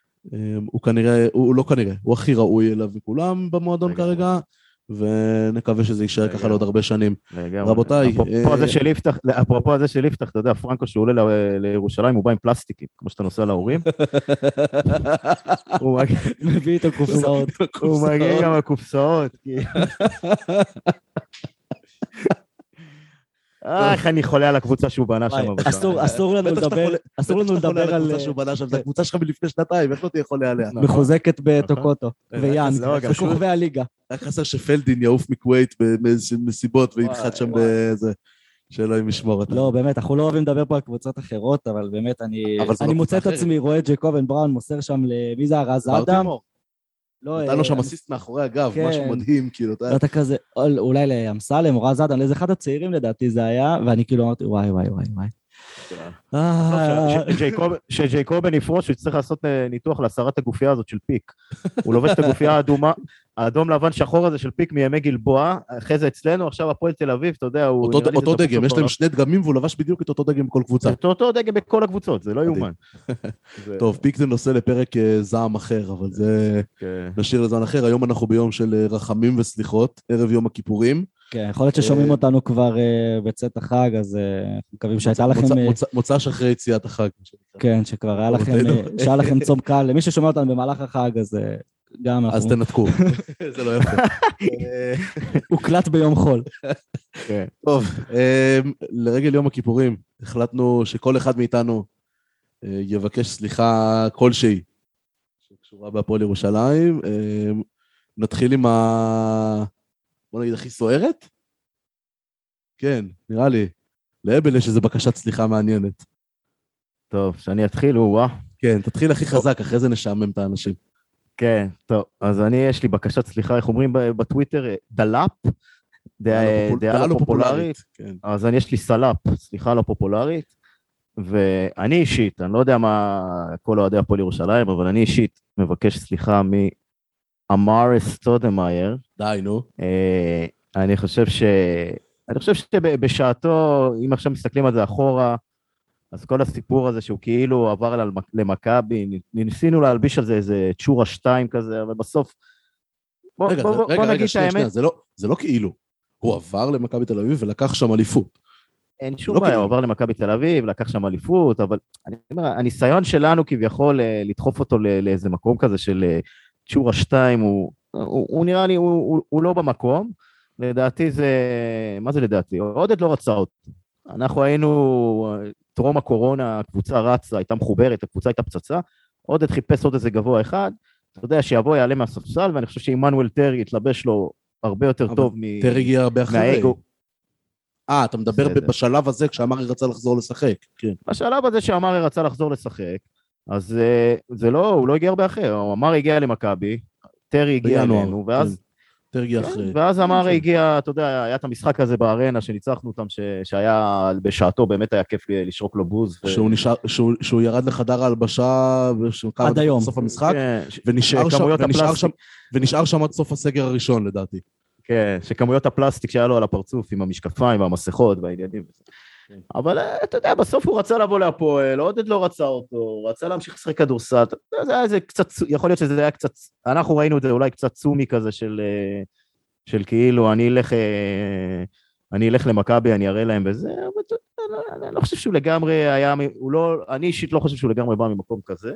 S4: הוא הכי ראוי אליו מכולם במועדון כרגע, ונקווה שזה יישאר ככה לעוד הרבה שנים. רבותיי.
S2: אפרופו הזה של יפתח, אתה יודע, פרנקו שהוא עולה לירושלים, הוא בא עם פלסטיקים, כמו שאתה נוסע להורים.
S5: הוא מביא איתו קופסאות.
S2: הוא מגיע גם הקופסאות. איך אני חולה על הקבוצה שהוא בנה שם.
S5: אסור לנו לדבר על...
S4: זה הקבוצה שלך מלפני שנתיים, איך לא תהיה חולה עליה?
S5: מחוזקת בטוקוטו, ויאן, וכוכבי הליגה.
S4: רק חסר שפלדין יעוף מקווייט במסיבות וינחת שם בזה, שאלוהים ישמור אותה.
S5: לא, באמת, אנחנו לא אוהבים לדבר פה על קבוצות אחרות, אבל באמת אני מוצא את עצמי, רואה את ג'קובן בראון, מוסר שם למי זה הרז אדם.
S4: נתנו שם אסיסט מאחורי הגב, משהו מדהים, כאילו,
S5: אתה כזה, אולי לאמסלם, או רז אדם, לאיזה אחד הצעירים לדעתי זה היה, ואני כאילו אמרתי, וואי.
S2: שג'ייקובן יפרוש, הוא יצטרך לעשות ניתוח להסרת הגופייה הזאת של פיק. הוא לובש את הגופייה האדומה, האדום לבן שחור הזה של פיק מימי גלבוע, אחרי זה אצלנו, עכשיו הפועל תל אביב, אתה יודע, הוא...
S4: אותו דגם, יש להם 2 דגמים, והוא לבש בדיוק את אותו דגם בכל קבוצה.
S2: את אותו דגם בכל הקבוצות, זה לא יאומן.
S4: טוב, פיק זה נושא לפרק זעם אחר, אבל זה נשאיר לזמן אחר. היום אנחנו ביום של רחמים וסליחות, ערב יום הכיפורים.
S5: כן, יכול להיות ששומעים אותנו כבר בצאת החג, אז מקווים שהייתה לכם...
S4: מוצ"ש אחרי יציאת החג.
S5: כן, שכבר היה לכם צום קל. למי ששומע אותנו במהלך החג, אז גם...
S4: אז תנתקו, זה לא יפה.
S5: הוקלט ביום חול.
S4: טוב, לרגל יום הכיפורים, החלטנו שכל אחד מאיתנו יבקש סליחה כלשהי, שקשורה בהפועל ירושלים. נתחיל עם בוא נגיד, הכי סוערת? כן, נראה לי. לאבל יש איזו בקשת סליחה מעניינת.
S2: טוב, שאני אתחיל,
S4: כן, תתחיל הכי חזק, אחרי זה נשעמם את האנשים.
S2: כן, טוב, אז יש לי בקשת סליחה, איך אומרים בטוויטר, דלאפ, דעה לא פופולרית, אז יש לי סלאפ, סליחה לא פופולרית, ואני אישית, אני לא יודע מה כל אוהדי הפועל ירושלים, אבל אני אישית מבקש סליחה אמר סטודמאייר.
S4: די, נו.
S2: אני חושב שבשעתו, אם עכשיו מסתכלים על זה אחורה, אז כל הסיפור הזה שהוא כאילו עבר למכבי, ניסינו להלביש על זה איזה צ'ורה 2 כזה, אבל בסוף, בוא נגיד את האמת.
S4: זה לא כאילו, הוא עבר למכבי תל אביב ולקח שם אליפות.
S2: אין שום בעיה, הוא עבר למכבי תל אביב, לקח שם אליפות, אבל הניסיון שלנו כביכול לדחוף אותו לאיזה מקום כזה של צ'ורה 2, הוא נראה לי, הוא לא במקום, לדעתי זה, מה זה לדעתי? עודד לא רצה אותו. אנחנו היינו, טרום הקורונה, הקבוצה רצה, הייתה מחוברת, הקבוצה הייתה פצצה, עודד חיפש עוד איזה גבוה אחד, אתה יודע שיבוא יעלה מהספסל, ואני חושב שאימנואל טרי יתלבש לו הרבה יותר טוב
S4: טרי הגיע הרבה אחרי. אתה מדבר בשלב הזה כשאמרי רצה לחזור לשחק.
S2: בשלב הזה שאמרי רצה לחזור לשחק, אז זה לא, הוא לא הגיע הרבה אחר, אמרי הגיע למכבי, טרי הגיע אלינו, ואז אמרי הגיע, אתה יודע, היה את המשחק הזה בארנה שניצחנו אותם, שהיה בשעתו, באמת היה כיף לשרוק לו בוז.
S4: שהוא ירד לחדר ההלבשה,
S5: עד היום.
S4: בסוף המשחק, ונשאר שם עד סוף הסגר הראשון, לדעתי.
S2: כן, שכמויות הפלסטיק שהיה לו על הפרצוף, עם המשקפיים והמסכות והעניינים. אבל אתה יודע, בסוף הוא רצה לבוא להפועל, עודד לא רצה אותו, הוא רצה להמשיך לשחק כדורסל, זה היה איזה קצת, יכול להיות שזה היה קצת, אנחנו ראינו את זה אולי קצת צומי כזה של כאילו, אני אלך למכבי, אני אראה להם בזה, אבל אני לא חושב שהוא לגמרי היה, אני אישית לא חושב שהוא לגמרי בא ממקום כזה,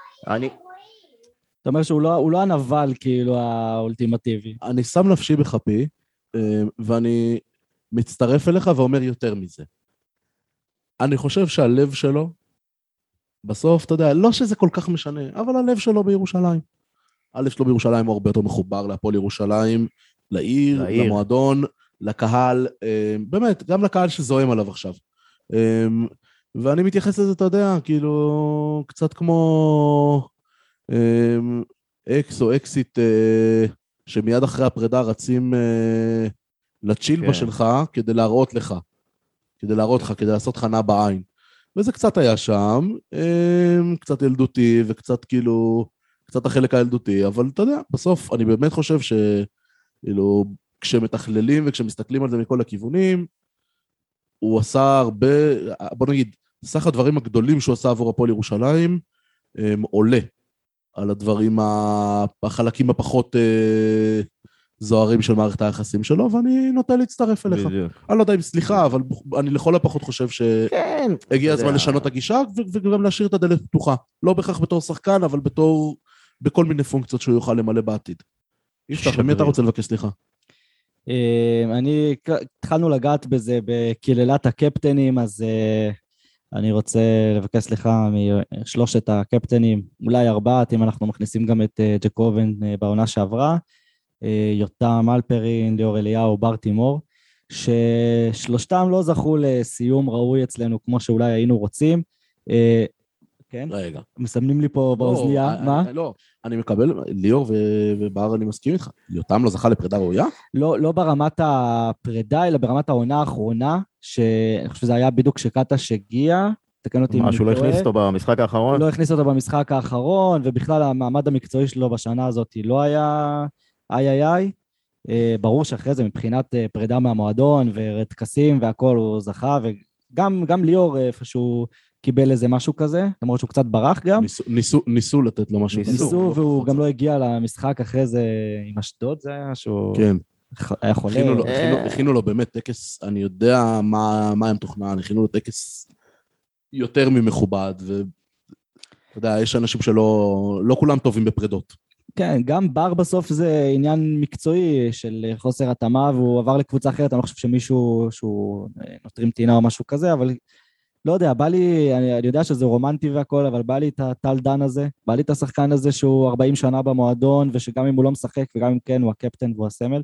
S5: אתה אומר שהוא לא הנבל כאילו האולטימטיבי.
S4: אני שם נפשי בכפי, ואני מצטרף אליך ואומר יותר מזה. אני חושב שהלב שלו בסוף, אתה יודע, לא שזה כל כך משנה, אבל הלב שלו בירושלים. הלב שלו בירושלים הוא הרבה יותר מחובר להפועל ירושלים, לעיר, למועדון, לקהל, באמת, גם לקהל שזוהם עליו עכשיו. ואני מתייחס לזה, אתה יודע, כאילו, קצת כמו אקס או אקסיט, שמיד אחרי הפרידה רצים לצ'ילבה שלך, כדי להראות לך, כדי לעשות חנה בעין. וזה קצת היה שם, קצת ילדותי, וקצת כאילו, קצת החלק הילדותי, אבל אתה יודע, בסוף אני באמת חושב כאילו, כשמתכללים וכשמסתכלים על זה מכל הכיוונים, הוא עשה הרבה, בוא נגיד, סך הדברים הגדולים שהוא עשה עבור הפועל ירושלים, עולה על הדברים, החלקים הפחות זוהרים של מערכת היחסים שלו, ואני נוטה להצטרף אליך. אני לא יודע אם סליחה, אבל אני לכל הפחות חושב שהגיע הזמן לשנות הגישה, וגם להשאיר את הדלת פתוחה. לא בהכרח בתור שחקן, אבל בכל מיני פונקציות שהוא יוכל למלא בעתיד. יפתח, למי אתה רוצה לבקש סליחה?
S5: התחלנו לגעת בזה בקללת הקפטנים, אז אני רוצה לבקש סליחה משלושת הקפטנים, אולי ארבעת, אם אנחנו מכניסים גם את ג'קובן בעונה שעברה, יותם אלפרין, ליאור אליהו, בר תימור, ששלושתם לא זכו לסיום ראוי אצלנו כמו שאולי היינו רוצים. כן?
S4: רגע.
S5: מסמנים לי פה באוזניה, מה?
S4: לא, אני מקבל, ליאור ובר אני מסכים איתך. יותם לא זכה לפרידה ראויה?
S5: לא ברמת הפרידה, אלא ברמת העונה האחרונה, שאני חושב שזה היה בדיוק שקטש הגיע, תקן אותי אם אני
S2: משהו לא הכניס אותו במשחק האחרון?
S5: לא הכניס אותו במשחק האחרון, ובכלל המעמד המקצועי שלו בשנה הזאת לא היה איי. ברור שאחרי זה מבחינת פרידה מהמועדון וטקסים והכל הוא זכה, וגם ליאור איפשהו קיבל איזה משהו כזה, למרות שהוא קצת ברח גם.
S4: ניסו לתת לו משהו.
S5: ניסו, והוא גם לא הגיע למשחק אחרי זה עם אשדוד, זה היה שהוא...
S4: כן.
S5: היה חולה.
S4: הכינו לו באמת טקס, אני יודע מה הם תוכנן, הכינו לו טקס יותר ממכובד, ואתה יודע, יש אנשים שלא כולם טובים בפרידות.
S5: כן, גם בר בסוף זה עניין מקצועי של חוסר התאמה, והוא עבר לקבוצה אחרת, אני לא חושב שמישהו שהוא נותרים טינה או משהו כזה, אבל לא יודע, בא לי, אני יודע שזה רומנטי והכל, אבל בא לי את הטל דן הזה, בא לי את השחקן הזה שהוא 40 שנה במועדון, ושגם אם הוא לא משחק, וגם אם כן, הוא הקפטן והוא הסמל,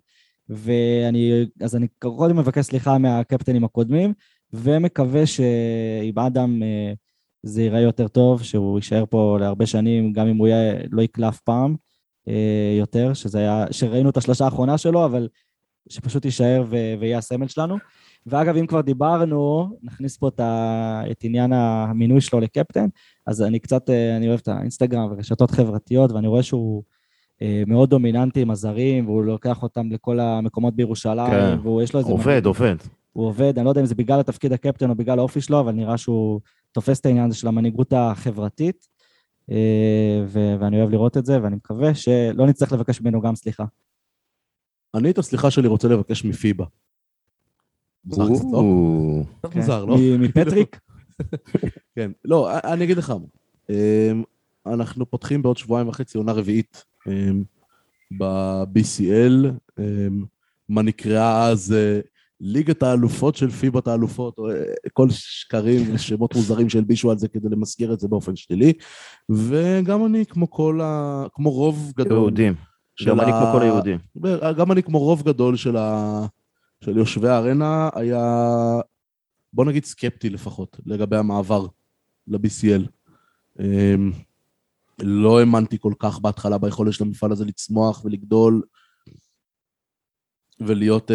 S5: אז אני קודם מבקש סליחה מהקפטנים הקודמים, ומקווה שעם אדם זה ייראה יותר טוב, שהוא יישאר פה להרבה שנים, גם אם הוא לא יקלה אף פעם יותר, שראינו את השלושה האחרונה שלו, אבל שפשוט יישאר ויהיה הסמל שלנו. ואגב, אם כבר דיברנו, נכניס פה את עניין המינוי שלו לקפטן, אז אני אוהב את האינסטגרם ורשתות חברתיות, ואני רואה שהוא מאוד דומיננטי עם הזרים, והוא לוקח אותם לכל המקומות בירושלים, והוא יש לו איזה...
S2: עובד.
S5: הוא עובד, אני לא יודע אם זה בגלל התפקיד הקפטן או בגלל האופי שלו, אבל נראה שהוא תופס את העניין הזה של המנהיגות החברתית, ואני אוהב לראות את זה, ואני מקווה שלא נצטרך לבקש ממנו גם סליחה.
S4: אני את הסליחה שלי רוצה לבקש מפיבה. מוזר קצת, לא? מוזר, לא?
S5: מפטריק?
S4: כן, לא, אני אגיד לך, אנחנו פותחים בעוד 2.5 שבועות עונה רביעית ב-BCL, מה נקראה אז ליגת האלופות של פיבת האלופות, או כל שקרים ושמות מוזרים שהלבישו על זה כדי למסגר את זה באופן שלילי, וגם אני כמו רוב גדול.
S2: יהודים, גם אני כמו כל היהודים.
S4: גם אני כמו רוב גדול של יושבי הארנה, היה, בוא נגיד סקפטי לפחות, לגבי המעבר ל-BCL. לא האמנתי כל כך בהתחלה ביכולת של המפעל הזה לצמוח ולגדול, ולהיות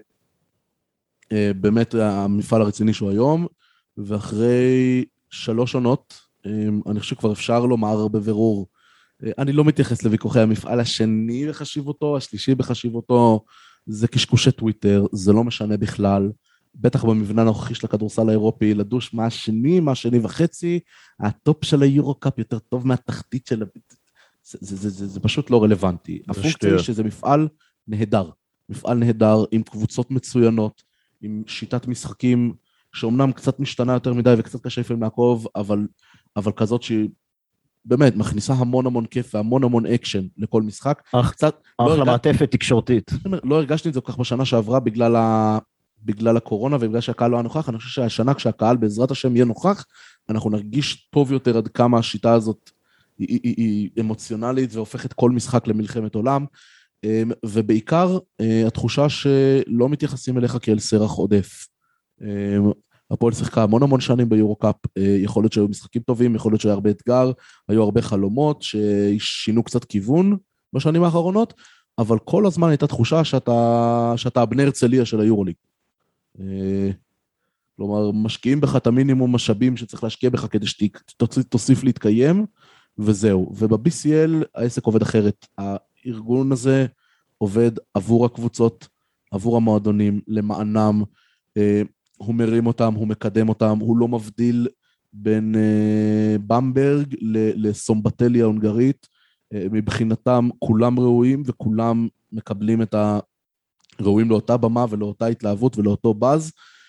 S4: באמת המפעל הרציני שהוא היום, ואחרי 3 עונות, אני חושב שכבר אפשר לומר בבירור, אני לא מתייחס לוויכוחי המפעל השני בחשיבותו, השלישי בחשיבותו, זה קשקושי טוויטר, זה לא משנה בכלל, בטח במבנה הנוכחי של הכדורסל האירופי, לדוש מה השני וחצי, הטופ של היורו-קאפ יותר טוב מהתחתית של... זה פשוט לא רלוונטי. הפונקציה היא שזה מפעל נהדר, עם קבוצות מצוינות, עם שיטת משחקים שאומנם קצת משתנה יותר מדי וקצת קשה לפעמים לעקוב, אבל כזאת שהיא באמת מכניסה המון כיף והמון אקשן לכל משחק.
S2: אחלה מעטפת תקשורתית.
S4: לא הרגשתי את זה כל כך בשנה שעברה בגלל בגלל הקורונה ובגלל שהקהל לא היה נוכח, אני חושב שהשנה כשהקהל בעזרת השם יהיה נוכח, אנחנו נרגיש טוב יותר עד כמה השיטה הזאת היא אמוציונלית והופכת כל משחק למלחמת עולם, ובעיקר התחושה שלא מתייחסים אליך כאל סרח עודף. הפועל שיחקה המון שנים ביורוקאפ, יכול להיות שהיו משחקים טובים, יכול להיות שהיה הרבה אתגר, היו הרבה חלומות ששינו קצת כיוון בשנים האחרונות, אבל כל הזמן הייתה תחושה שאתה הבני הרצליה של היורוליג. כלומר, משקיעים בך את המינימום משאבים שצריך להשקיע בך כדי שתוסיף להתקיים, וזהו. וב-BCL העסק עובד אחרת. הארגון הזה עובד עבור הקבוצות, עבור המועדונים, למענם, הוא מרים אותם, הוא מקדם אותם, הוא לא מבדיל בין במברג לסומבטלי ההונגרית, מבחינתם כולם ראויים וכולם מקבלים את הראויים לאותה במה ולאותה התלהבות ולאותו בז,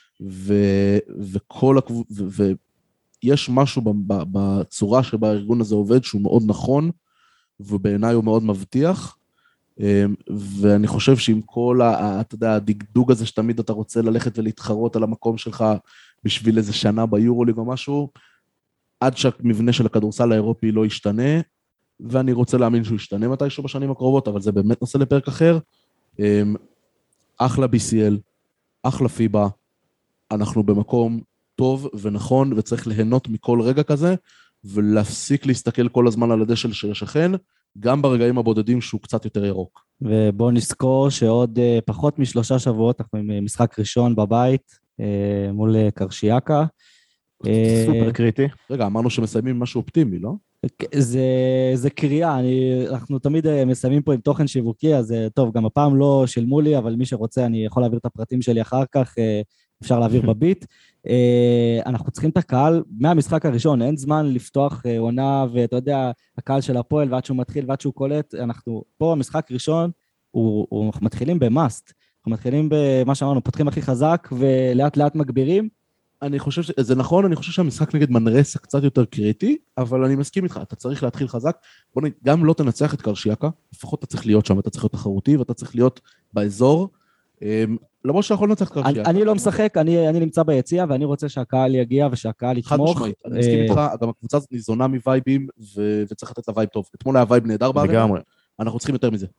S4: ויש משהו בצורה שבה הארגון הזה עובד שהוא מאוד נכון, ובעיניי הוא מאוד מבטיח, ואני חושב שעם כל אתה יודע, הדגדוג הזה שתמיד אתה רוצה ללכת ולהתחרות על המקום שלך בשביל איזה שנה ביורוליג או משהו, עד שהמבנה של הכדורסל האירופי לא ישתנה, ואני רוצה להאמין שהוא ישתנה מתישהו בשנים הקרובות, אבל זה באמת נושא לפרק אחר. אחלה BCL, אחלה פיבה, אנחנו במקום טוב ונכון, וצריך ליהנות מכל רגע כזה, ולהפסיק להסתכל כל הזמן על הדשא של השכן, גם ברגעים הבודדים שהוא קצת יותר ירוק.
S5: ובואו נזכור שעוד פחות מ3 שבועות, אנחנו עם משחק ראשון בבית, מול קרשיאקה.
S2: סופר קריטי.
S4: רגע, אמרנו שמסיימים משהו אופטימי, לא?
S5: זה קריאה, אנחנו תמיד מסיימים פה עם תוכן שיווקי, אז טוב, גם הפעם לא שילמו לי, אבל מי שרוצה, אני יכול להעביר את הפרטים שלי אחר כך, אפשר להעביר בביט. אנחנו צריכים את הקהל מהמשחק הראשון, אין זמן לפתוח עונה, ואתה יודע, הקהל של הפועל, ועד שהוא מתחיל ועד שהוא קולט, אנחנו פה, המשחק ראשון, אנחנו מתחילים במאסט, אנחנו מתחילים במה שאמרנו, פותחים הכי חזק, ולאט לאט מגבירים.
S4: אני חושב שזה נכון, אני חושב שהמשחק נגד מנרסה קצת יותר קריטי, אבל אני מסכים איתך, אתה צריך להתחיל חזק, בוא נגיד, גם לא תנצח את קרשיאקה, לפחות אתה צריך להיות שם, אתה צריך להיות תחרותי, ואתה צריך להיות באזור, למרות שאתה יכול לנצח את קרשיאקה.
S5: אני לא משחק, אני נמצא ביציע, ואני רוצה שהקהל יגיע, ושהקהל יתמוך.
S4: חד משמעית, אני מסכים איתך, גם הקבוצה הזאת ניזונה מווייבים, וצריך לתת לה וייב טוב. אתמול היה וייב נהדר בארץ, אנחנו צריכים יותר מזה.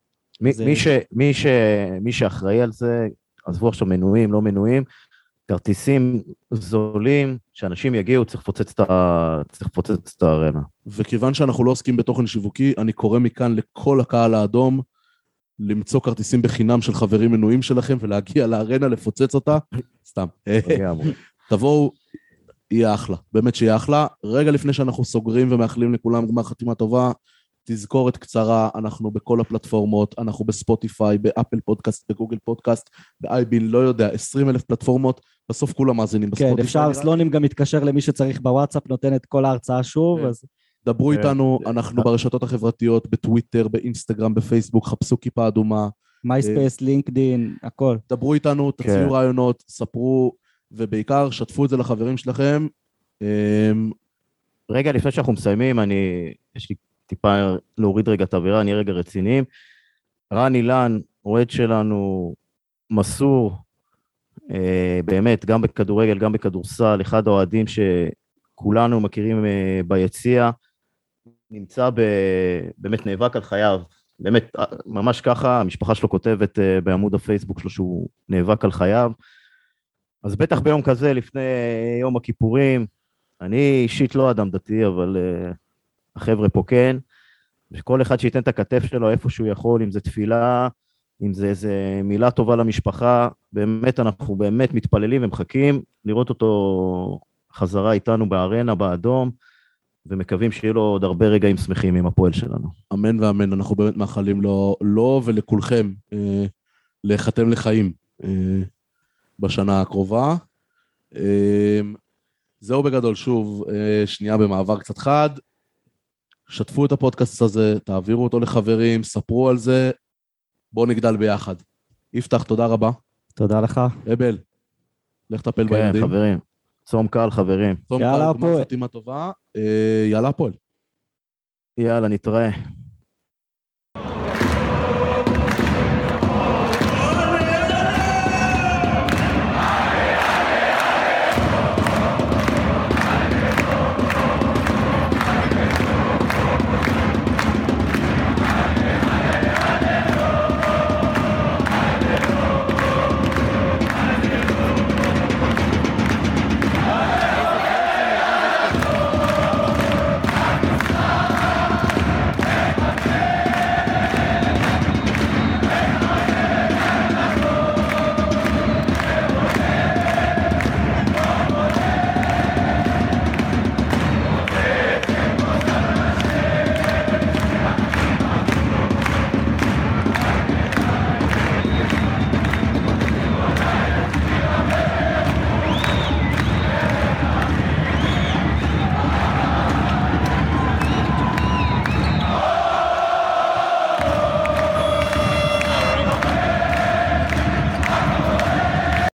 S2: מי שאחראי על זה, עזבו עכשיו מנויים, לא מנויים, כרטיסים זולים, שאנשים יגיעו, צריך לפוצץ את הארנה.
S4: וכיוון שאנחנו לא עוסקים בתוכן שיווקי, אני קורא מכאן לכל הקהל האדום, למצוא כרטיסים בחינם של חברים מנויים שלכם, ולהגיע לארנה, לפוצץ אותה, סתם. תבואו, יהיה אחלה, באמת שיהיה אחלה. רגע לפני שאנחנו סוגרים ומאחלים לכולם גמר חתימה טובה, תזכורת קצרה, אנחנו בכל הפלטפורמות, אנחנו בספוטיפיי, באפל פודקאסט, בגוגל פודקאסט, באייבין, לא יודע, 20,000 פלטפורמות, בסוף כולם מאזינים בספוטיפיי.
S5: כן, אפשר, סלונים גם מתקשר למי שצריך בוואטסאפ, נותן את כל ההרצאה שוב, אז...
S4: דברו איתנו, אנחנו ברשתות החברתיות, בטוויטר, באינסטגרם, בפייסבוק, חפשו כיפה אדומה.
S5: מייספייס, לינקדין, הכל.
S4: דברו איתנו, תציעו רעיונות, ספרו, ובעיקר שתפו את זה לחברים שלכם.
S2: רגע, לפני שאנחנו מסיימים, יש לי טיפה להוריד רגע את האווירה, נהיה רגע רציניים. רן אילן, אוהד שלנו, מסור, באמת, גם בכדורגל, גם בכדורסל, אחד האוהדים שכולנו מכירים ביציע, נמצא באמת נאבק על חייו, באמת, ממש ככה, המשפחה שלו כותבת בעמוד הפייסבוק שלו שהוא נאבק על חייו, אז בטח ביום כזה, לפני יום הכיפורים, אני אישית לא אדם דתי, אבל החבר'ה פה כן, וכל אחד שייתן את הכתף שלו איפה שהוא יכול, אם זה תפילה, אם זה איזה מילה טובה למשפחה, באמת אנחנו באמת מתפללים ומחכים לראות אותו חזרה איתנו בארנה, באדום, ומקווים שיהיה לו עוד הרבה רגעים שמחים עם הפועל שלנו.
S4: אמן ואמן, אנחנו באמת מאחלים לו ולכולכם להיחתם לחיים בשנה הקרובה. זהו בגדול, שוב, שנייה במעבר קצת חד, שתפו את הפודקאסט הזה, תעבירו אותו לחברים, ספרו על זה, בואו נגדל ביחד. יפתח, תודה רבה.
S5: תודה לך.
S4: אבל, לך טפל בילדים.
S2: כן, חברים. צום קל, חברים.
S4: צום קל, גמר חתימה טובה. יאללה, הפועל.
S2: יאללה, נתראה.